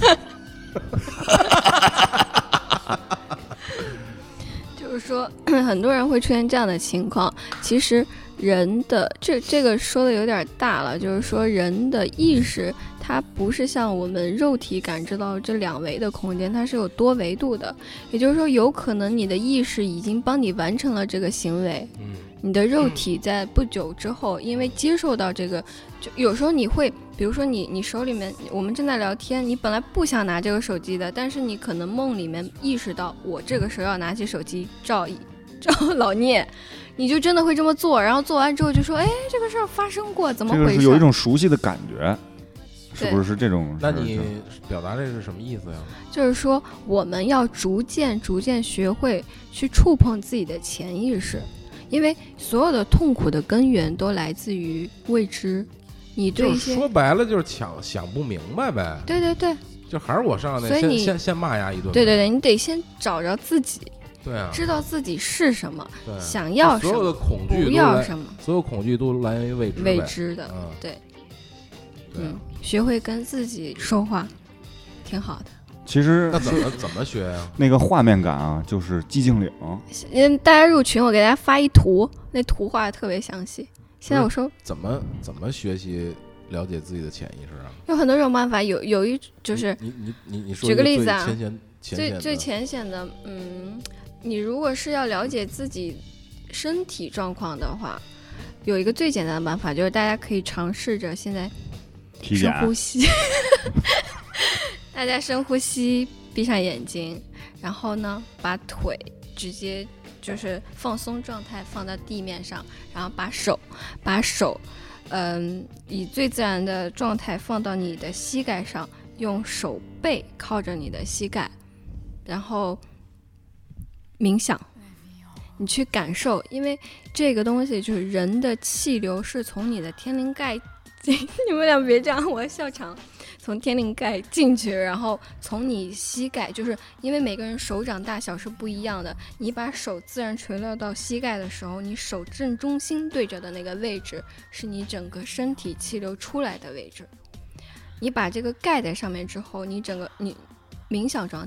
就是说很多人会出现这样的情况，其实人的这这个说的有点大了，就是说人的意识它不是像我们肉体感知到这两维的空间，它是有多维度的，也就是说有可能你的意识已经帮你完成了这个行为， 嗯， 你的肉体在不久之后因为接受到这个，就有时候你会比如说你你手里面我们正在聊天，你本来不想拿这个手机的，但是你可能梦里面意识到我这个时候要拿起手机照照老聂，你就真的会这么做，然后做完之后就说哎这个事儿发生过，怎么回事？ 这个是有一种熟悉的感觉，是不是这种？ 那你表达这是什么意思呀？ 就是说我们要逐渐逐渐学会去触碰自己的潜意识，因为所有的痛苦的根源都来自于未知。你对一些说白了就是想想不明白呗。 对对对， 就还是我上来先先先骂丫一顿。 对对对，你得先找着自己， 对啊， 知道自己是什么，想要什么， 所有的恐惧不要什么， 所有恐惧都来源于未知未知的， 嗯、 对，嗯，学会跟自己说话，挺好的。 其实那怎么怎么学呀、啊？ 那个画面感啊，就是寂静岭。 嗯，大家入群，我给大家发一图，那图画的特别详细。现在我说怎么怎么学习了解自己的潜意识啊？ 有很多种办法，有有一就是你你你你说举个例子啊， 浅显最最浅显的，嗯，你如果是要了解自己身体状况的话，有一个最简单的办法，就是大家可以尝试着现在深呼吸，大家深呼吸，闭上眼睛，然后呢，把腿直接。就是放松状态放到地面上，然后把手把手嗯，以最自然的状态放到你的膝盖上，用手背靠着你的膝盖，然后冥想，你去感受，因为这个东西就是人的气流是从你的天灵盖你们俩别这样，我要笑场。从天灵盖进去，然后从你膝盖，就是因为每个人手掌大小是不一样的，你把手自然垂落到膝盖的时候，你手正中心对着的那个位置是你整个身体气流出来的位置。你把这个盖在上面之后，你整个你冥想状态，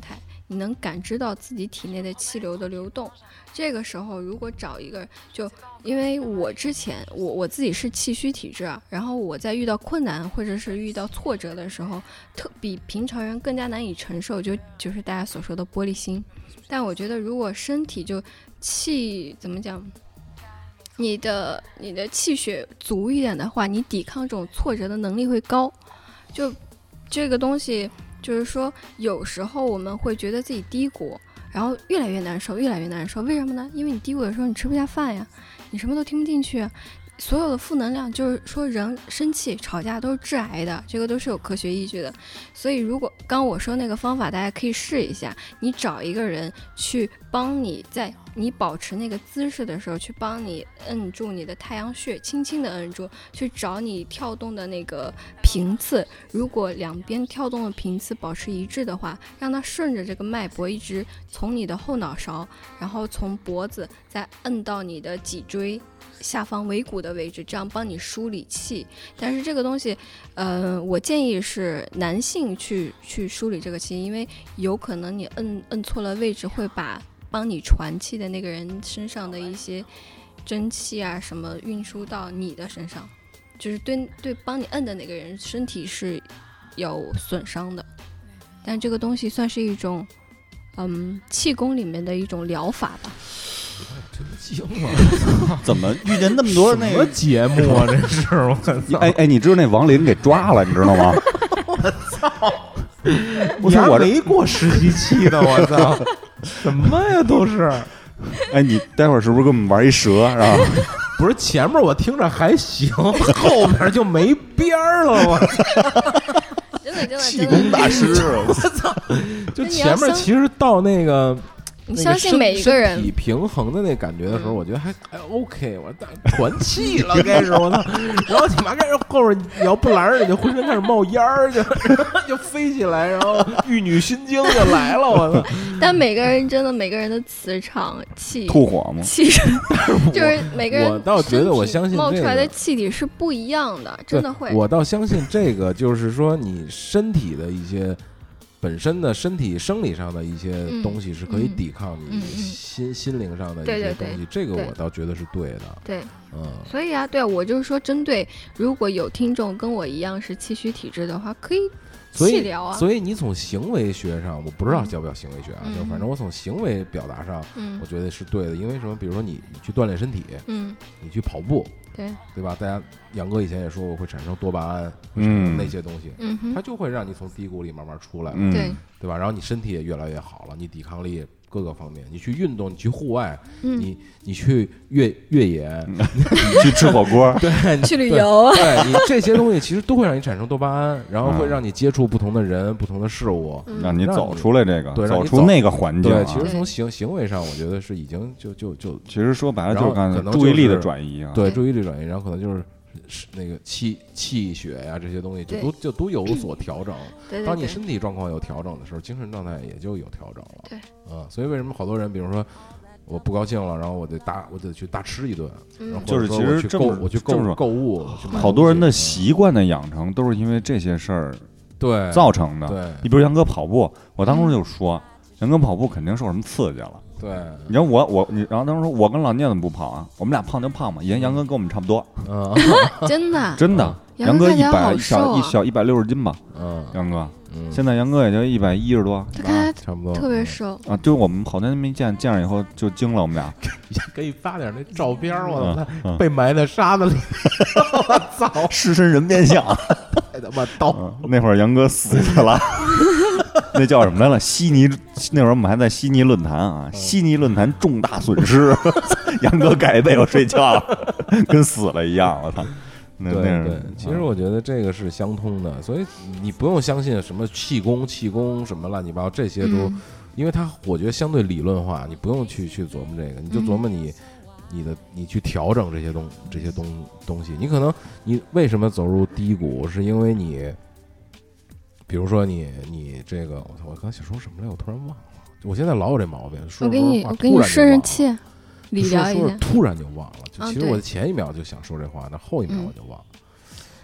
你能感知到自己体内的气流的流动。这个时候如果找一个，就因为我之前我我自己是气虚体质啊，然后我在遇到困难或者是遇到挫折的时候，特比平常人更加难以承受，就就是大家所说的玻璃心。但我觉得如果身体就气怎么讲，你的你的气血足一点的话，你抵抗这种挫折的能力会高。就这个东西就是说，有时候我们会觉得自己低谷，然后越来越难受越来越难受，为什么呢？因为你低谷的时候你吃不下饭呀，你什么都听不进去啊，所有的负能量，就是说人生气吵架都是致癌的，这个都是有科学依据的。所以如果刚我说那个方法大家可以试一下，你找一个人去帮你，在你保持那个姿势的时候去帮你摁住你的太阳穴，轻轻的摁住，去找你跳动的那个频次，如果两边跳动的频次保持一致的话，让它顺着这个脉搏一直从你的后脑勺，然后从脖子再摁到你的脊椎下方尾骨的位置，这样帮你梳理气。但是这个东西呃，我建议是男性去去梳理这个气，因为有可能你摁摁错了位置，会把帮你传气的那个人身上的一些真气啊什么运输到你的身上，就是对对帮你摁的那个人身体是有损伤的。但这个东西算是一种嗯气功里面的一种疗法吧。 真惊了！ 怎么遇见那么多那个节目啊？这是我操！ 哎哎，你知道那王林给抓了，你知道吗？ 我操！ 不是我没过实习期的，我操！什么呀，都是。 哎，你待会儿是不是跟我们玩一蛇是吧？ 不是，前面我听着还行，后面就没边儿了，我操！ 真的真的气功大师， 我操！就前面其实到那个。 你相信每一个人身体平衡的那感觉的时候，我觉得还还 OK。我传气了，开始我操，然后你妈开始后边摇不拦，你就浑身开始冒烟儿，就就飞起来，然后玉女心经就来了，我操！ 但每个人真的每个人的磁场气吐火吗？ 气就是每个人， 我倒觉得我相信冒出来的气体是不一样的，真的会。 我倒相信这个，就是说你身体的一些。本身的身体生理上的一些东西是可以抵抗你心、嗯嗯、心灵上的一些东西，对对对，这个我倒觉得是对的。对，嗯， 所以啊，对，我就是说，针对如果有听众跟我一样是气虚体质的话，可以气疗啊。 所以，所以你从行为学上，我不知道叫不叫行为学啊，嗯、就反正我从行为表达上，嗯、我觉得是对的。因为什么？比如说你去锻炼身体，嗯，你去跑步。 对对吧？大家杨哥以前也说过会产生多巴胺，嗯，那些东西， 嗯， 它就会让你从低谷里慢慢出来， 嗯， 对对吧？然后你身体也越来越好了，你抵抗力各个方面，你去运动，你去户外，嗯、你你去越越野， 你去吃火锅， 对， 去旅游， 对你这些东西其实都会让你产生多巴胺，然后会让你接触不同的人、不同的事物， 嗯、让你走出来这个， 对， 走出那个环境、啊。 对，其实从行行为上，我觉得是已经就就就， 其实说白了就是可能注意力的转移啊， 对，注意力转移，然后可能就是。那个气气血呀、啊，这些东西就都就都有所调整。 对对对， 当你身体状况有调整的时候，精神状态也就有调整了。 对， 啊、嗯，所以为什么好多人，比如说我不高兴了，然后我得大我得去大吃一顿， 嗯、 然后就是其实这么我去购购物， 好多人的习惯的养成都是因为这些事儿对造成的。 对， 你比如杨哥跑步，我当时就说，杨哥跑步肯定受什么刺激了。 对， 你知道我我你，然后当时说我跟老聂怎么不跑啊？我们俩胖就胖嘛，以前杨哥跟我们差不多， 嗯， 真的真的，杨哥一百小一小一百六十斤吧， 嗯， 杨哥，现在杨哥也就一百一十多， 他看差不多， 特别瘦啊，就我们好多年没见，见着以后就惊了，我们俩， 给你发点那照片，我操，被埋在沙子里，我操， 狮身人面像， 太他妈刀， 那会儿杨哥死去了。那叫什么来了？悉尼那会儿我们还在悉尼论坛啊，嗯、悉尼论坛重大损失，杨哥盖被我睡觉，跟死了一样，我操！ 对对，其实我觉得这个是相通的，所以你不用相信什么气功、气功什么乱七八糟这些都，嗯、因为它我觉得相对理论化，你不用去去琢磨这个，你就琢磨你。嗯、你的你去调整这些东这些东东西，你可能你为什么走入低谷，是因为你。比如说你你这个，我我刚想说什么来，我突然忘了。我现在老有这毛病，说我给你我给你顺顺气，理疗一下， 突然就忘了。就其实我前一秒就想说这话，但后一秒我就忘了。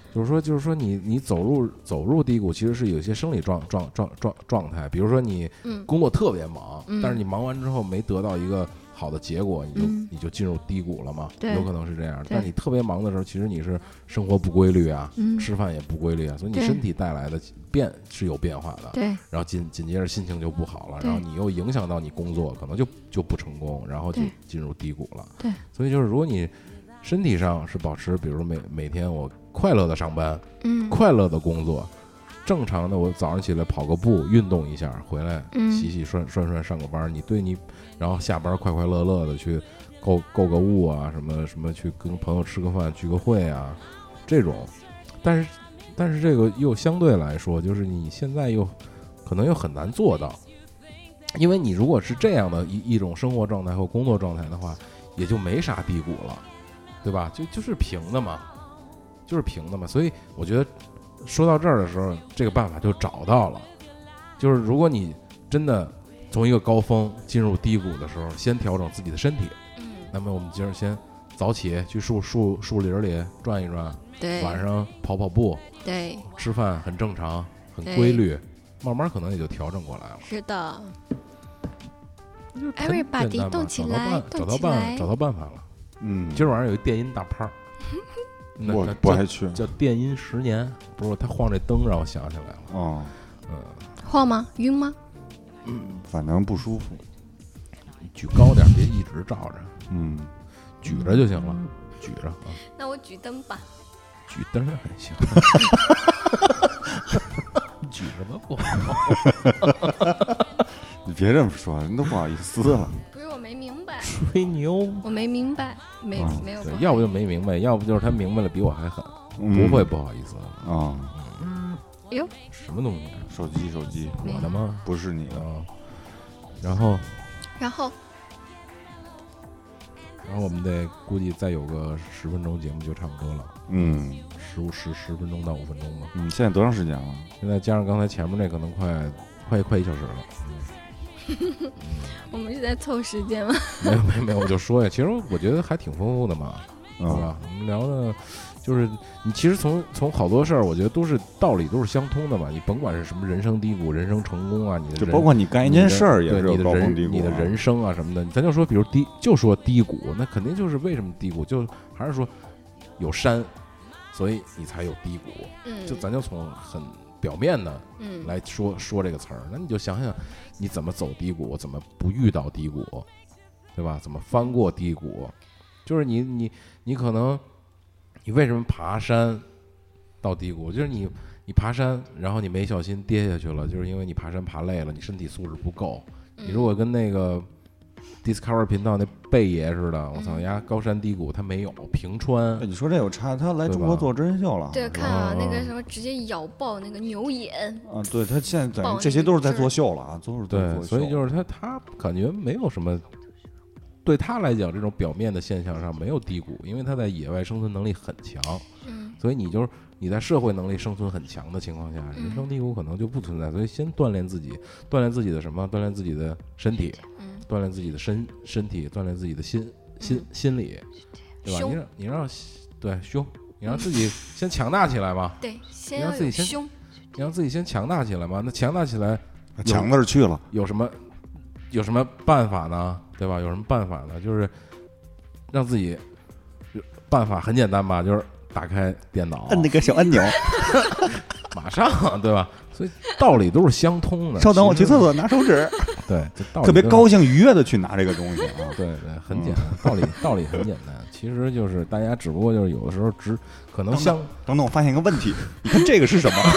就是说，就是说你你走入走入低谷，其实是有一些生理状状状状状态，比如说你工作特别忙， 嗯、 但是你忙完之后没得到一个好的结果，你就、 嗯、 你就进入低谷了嘛， 对， 有可能是这样。但你特别忙的时候，其实你是生活不规律啊， 嗯、 吃饭也不规律啊，所以你身体带来的变是有变化的。 对， 然后紧紧接着心情就不好了，然后你又影响到你工作，可能就就不成功，然后就进入低谷了。 对， 所以就是如果你身体上是保持，比如每每天我快乐的上班， 嗯， 快乐的工作，正常的我早上起来跑个步，运动一下，回来洗洗涮涮涮上个班，你对你，然后下班快快乐乐的去购购个物啊，什么什么去跟朋友吃个饭、聚个会啊，这种，但是但是这个又相对来说，就是你现在又可能又很难做到，因为你如果是这样的一一种生活状态或工作状态的话，也就没啥低谷了，对吧？就就是平的嘛。就是平的嘛，所以我觉得说到这儿的时候，这个办法就找到了。就是如果你真的从一个高峰进入低谷的时候，先调整自己的身体。 嗯， 那么我们今儿先早起去树树树林里转一转， 对， 晚上跑跑步， 对， 吃饭很正常，很规律，慢慢可能也就调整过来了。 是的。Everybody 动起来， 找到办找到办法了。 嗯， 今儿晚上有一电音大趴。 我不爱去， 叫电音十年，不是他晃这灯让我想起来了。 哦， 嗯， 晃吗？晕吗？ 嗯，反正不舒服。 你举高点，别一直照着。 嗯， 举着就行了，举着啊。 那我举灯吧。 举灯还行。举什么不好？ 你别这么说，人都不好意思了。 不是我没明白。 吹牛。 我没明白，没、嗯、没有。 要不就没明白，要不就是他明白了比我还狠， 嗯、 不会不好意思啊。 嗯，哟， 什么东西？ 手机，手机， 我的吗？ 不是你的。 啊、然后， 然后， 然后我们得估计再有个十分钟节目就差不多了。 嗯， 十五十十分钟到五分钟吧。 嗯，现在多长时间了？ 现在加上刚才前面那，可能快快快一小时了。嗯嗯、我们是在凑时间吗？ 没有没有没有，我就说呀，其实我觉得还挺丰富的嘛，是嗯、 吧？我们聊的，就是你其实从从好多事儿，我觉得都是道理都是相通的嘛。你甭管是什么人生低谷、人生成功啊，你的就包括你干一件事儿也是有高峰低谷、啊， 你的人生啊什么的，咱就说，比如低，就说低谷，那肯定就是为什么低谷，就还是说有山，所以你才有低谷。 嗯， 就咱就从很表面的嗯来说、嗯、说这个词儿，那你就想想你怎么走低谷，怎么不遇到低谷，对吧？怎么翻过低谷？就是你你你可能你为什么爬山到低谷？就是你你爬山，然后你没小心跌下去了，就是因为你爬山爬累了，你身体素质不够。你如果跟那个 Discovery 频道那贝爷似的，我操，呀高山低谷他没有平川。 你说这有差，他来中国做真人秀了。 对，看啊，那个什么直接咬爆那个牛眼啊，对他现在等于这些都是在做秀了啊，都是对，所以就是他他感觉没有什么，对他来讲这种表面的现象上没有低谷，因为他在野外生存能力很强， 嗯， 所以你就是你在社会能力生存很强的情况下，人生低谷可能就不存在，所以先锻炼自己，锻炼自己的什么？锻炼自己的身体。锻炼自己的身身体，锻炼自己的心心心理，对吧？你让你让对胸，你让自己先强大起来嘛。 对，先让自己先胸， 你让自己先强大起来嘛。那强大起来， 强字去了， 有什么有什么办法呢？对吧？有什么办法呢？就是让自己办法很简单吧，就是打开电脑， 摁那个小按钮， 马上，对吧？所以道理都是相通的。 稍等，我去厕所拿手指。 对，就特别高兴愉悦的去拿这个东西啊！ 对对，很简单，嗯、道理道理很简单。其实就是大家只不过就是有的时候只可能相等等，我发现一个问题，你看这个是什么？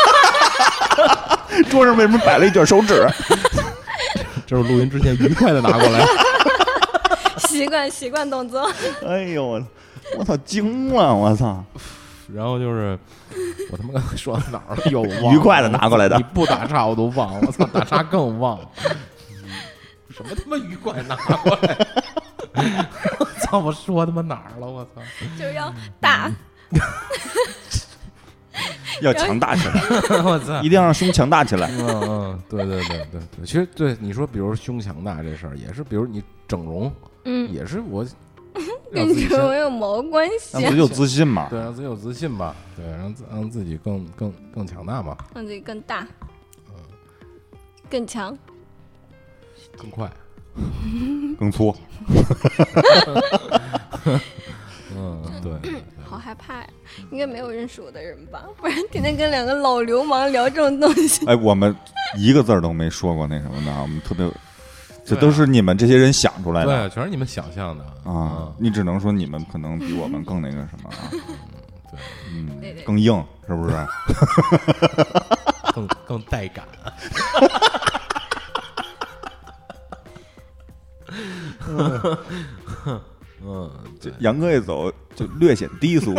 桌上为什么摆了一卷手指？ 这是录音之前愉快的拿过来。 习惯习惯动作。 哎呦我我操惊了我操！ 然后就是我他妈刚才说到哪儿了？又忘了， 愉快的拿过来的， 你不打岔我都忘了，我操，打岔更忘了。什么他妈愉快拿过来？我操，我说他妈哪儿了？我操， 就是要打， 要强大起来。 我操， 一定要让胸强大起来。 嗯嗯，对对对对对，其实对你说，比如胸强大这事儿，也是，比如你整容， 嗯， 也是我。 让自己跟我有毛关系啊？ 让自己有自信嘛。 对，让自己有自信吧。对，让自让自己更更更强大嘛。 让自己更大， 嗯， 更强， 更快， 更粗。 嗯，对。对对好害怕呀！应该没有认识我的人吧？不然天天跟两个老流氓聊这种东西。 哎，我们一个字儿都没说过那什么的，我们特别，这都是你们这些人想出来的， 对，全是你们想象的啊。你只能说你们可能比我们更那个什么啊， 对， 嗯， 对对更硬，是不是？ 更更带感。嗯， 这杨哥一走就略显低俗。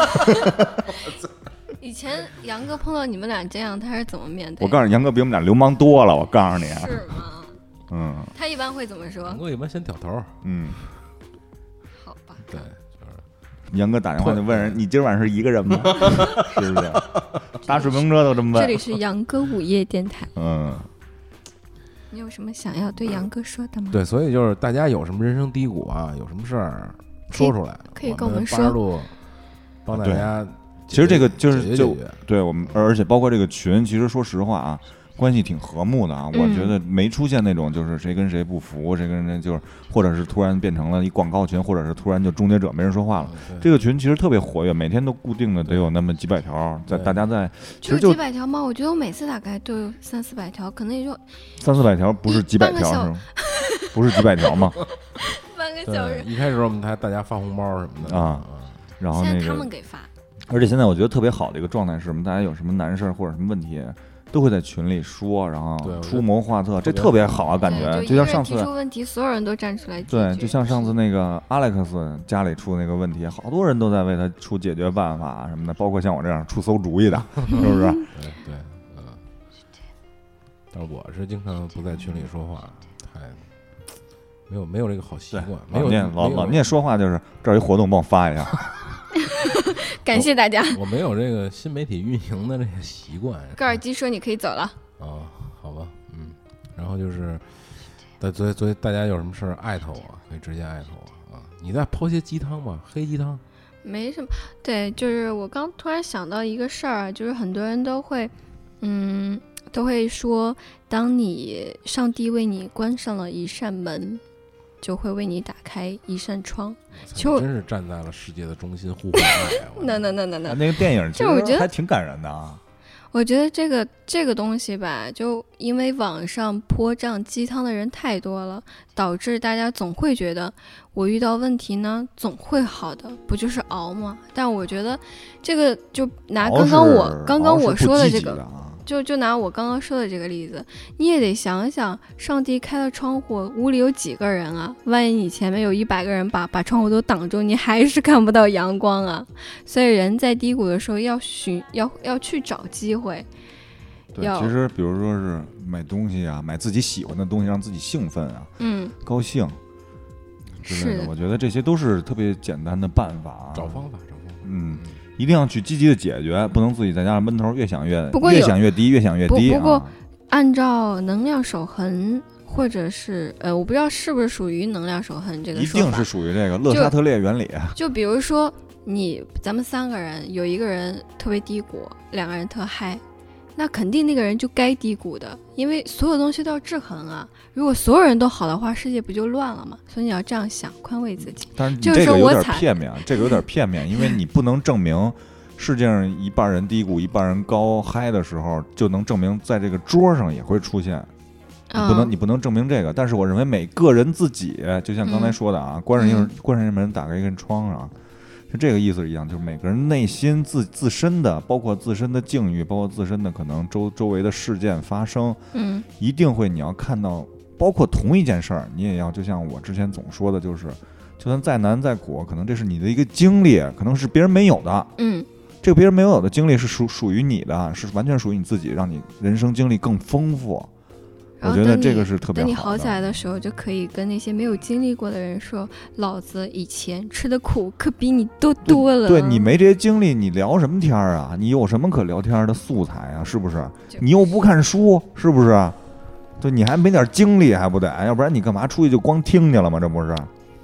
以前杨哥碰到你们俩这样，他是怎么面对？ 我告诉你，杨哥比我们俩流氓多了。我告诉你， 是吗？ 嗯， 他一般会怎么说？ 杨哥一般先挑头。 嗯， 好吧。 对，就是杨哥打电话就问人：“你今晚上是一个人吗？”是不是？搭顺风车都这么问。 这里是杨哥午夜电台。 嗯。 你有什么想要对杨哥说的吗？ 对，所以就是大家有什么人生低谷啊，有什么事儿说出来， 可以跟我们说， 八十度帮大家。 其实这个就是就就对我们，而且包括这个群，其实说实话啊，关系挺和睦的啊。 嗯、 我觉得没出现那种就是谁跟谁不服，谁跟谁就是，或者是突然变成了一广告群，或者是突然就终结者没人说话了。 嗯、 这个群其实特别活跃，每天都固定的得有那么几百条，在大家在其实就几百条吗？我觉得我每次打开都有三四百条，可能也就三四百条，不是几百条是吗？不是几百条吗？ 半个小时。 一开始我们还大家发红包什么的啊，然后那个现在他们给发。 而且现在我觉得特别好的一个状态是什么？大家有什么难事或者什么问题，都会在群里说，然后出谋划策，这特别好啊，感觉就像上次提出问题，所有人都站出来解决。 对，就像上次那个 Alex 家里出那个问题，好多人都在为他出解决办法什么的，包括像我这样出馊主意的，是不是？ 对对，嗯。但是我是经常不在群里说话，太没有没有这个好习惯。没有老老聂说话就是这儿一活动，帮我发一下。 感谢大家。 我没有这个新媒体运营的这个习惯。 高尔基说你可以走了。 哦，好吧，嗯。然后就是，所以所以大家有什么事艾特我，可以直接艾特我啊。你再抛些鸡汤吧，黑鸡汤。 没什么，对，就是我刚突然想到一个事儿，就是很多人都会，嗯，都会说，当你上帝为你关上了一扇门，就会为你打开一扇窗。 就真是站在了世界的中心，呼唤爱。 那那那那那， 那个电影其实还挺感人的啊。 我觉得这个这个东西吧，就因为网上泼这样鸡汤的人太多了，导致大家总会觉得我遇到问题呢总会好的，不就是熬吗？但我觉得这个就拿刚刚我刚刚我说的这个。就就拿我刚刚说的这个例子，你也得想想，上帝开了窗户，屋里有几个人啊？万一你前面有一百个人把把窗户都挡住，你还是看不到阳光啊。所以人在低谷的时候要寻要要去找机会。 对，其实比如说是买东西啊，买自己喜欢的东西，让自己兴奋啊， 嗯， 高兴之类的， 是我觉得这些都是特别简单的办法啊， 找方法，找方法， 嗯。一定要去积极的解决，不能自己在家里闷头越想越不过越想越低，越想越低。 不, 不过，按照能量守恒，或者是呃，我不知道是不是属于能量守恒这个说法， 一定是属于这个勒沙特列原理。 就, 就比如说你咱们三个人，有一个人特别低谷，两个人特嗨，那肯定那个人就该低谷的，因为所有东西都要制衡啊。如果所有人都好的话，世界不就乱了吗？所以你要这样想，宽慰自己。 但是这个有点片面，这个有点片面，因为你不能证明世界上一半人低谷，一半人高嗨的时候，就能证明在这个桌上也会出现。你不能， 嗯、 你不能证明这个。但是我认为每个人自己，就像刚才说的啊，嗯、关上一个、嗯、关上一门，打开一个窗啊。是这个意思一样，就是每个人内心自自身的，包括自身的境遇，包括自身的可能周周围的事件发生， 嗯， 一定会你要看到，包括同一件事儿，你也要就像我之前总说的，就是就算再难再苦，可能这是你的一个经历，可能是别人没有的， 嗯， 这个别人没有的经历是属属于你的，是完全属于你自己，让你人生经历更丰富。我觉得这个是特别好的。 等你好起来的时候，就可以跟那些没有经历过的人说：“老子以前吃的苦可比你多多了。 对”对，你没这些经历，你聊什么天啊？你有什么可聊天的素材啊？是不是？你又不看书，是不是？对，你还没点经历还不得？要不然你干嘛出去就光听去了吗？这不是？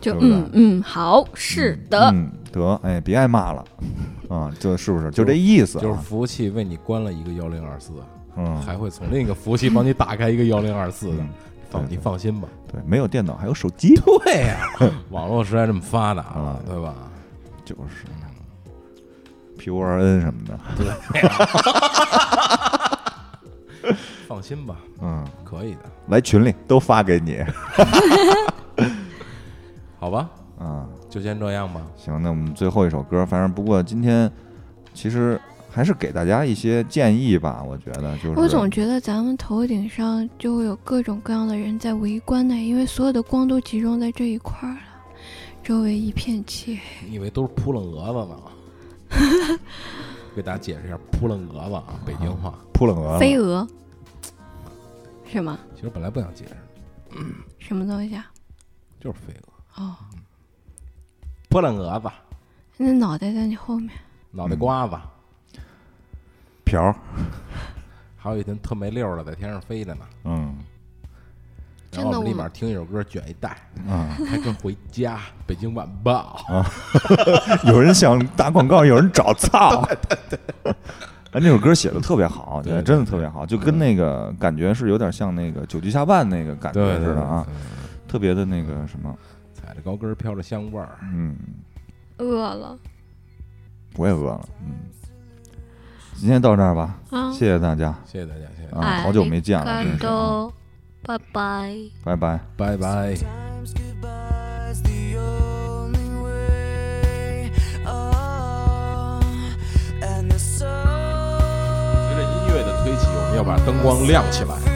就对不对嗯嗯好，是的， 嗯得，哎，别挨骂了啊，就是不是就这意思、啊？ 就是服务器为你关了一个幺零二四， 嗯， 还会从另一个服务器帮你打开一个幺零二四的， 嗯放你放心吧。 对，没有电脑还有手机， 对呀、网络时代这么发达了， 嗯对吧？ 就是 P U R N 什么的， 对、放心吧， 嗯， 可以的， 来群里都发给你， 好吧， 啊， 就先这样吧。 行，那我们最后一首歌，反正不过今天其实还是给大家一些建议吧，我觉得就是我总觉得咱们头顶上就会有各种各样的人在围观呢，因为所有的光都集中在这一块儿了，周围一片漆黑。 你以为都是扑棱蛾子呢？给大家解释一下扑棱蛾子啊，北京话。 扑棱蛾子， 飞蛾是吗？ 其实本来不想解释， 什么东西啊？ 就是飞蛾。 哦， 扑棱蛾子， 那脑袋在你后面。 脑袋瓜子， 瓢儿， 还有一天特没溜儿的在天上飞着呢。 嗯然后我们立真的我马听一首歌，卷一袋， 嗯， 开车回家。北京晚报， 有人想打广告，有人找操。哎，那首歌写的特别好，我觉得对对真的特别好，就跟那个感觉是有点像那个九局下半那个感觉对对似的啊，特别的那个什么， 踩着高跟飘着香味儿。 嗯， 饿了我也饿了，嗯，今天到这儿吧， 啊！ 谢谢大家谢谢大家，谢谢大家， 啊，好久没见了，真是啊， 都，拜拜。 拜拜。 拜拜。 Sometimes goodbye's the only way. Oh, and the soul 随着音乐的推起，我们要把灯光亮起来。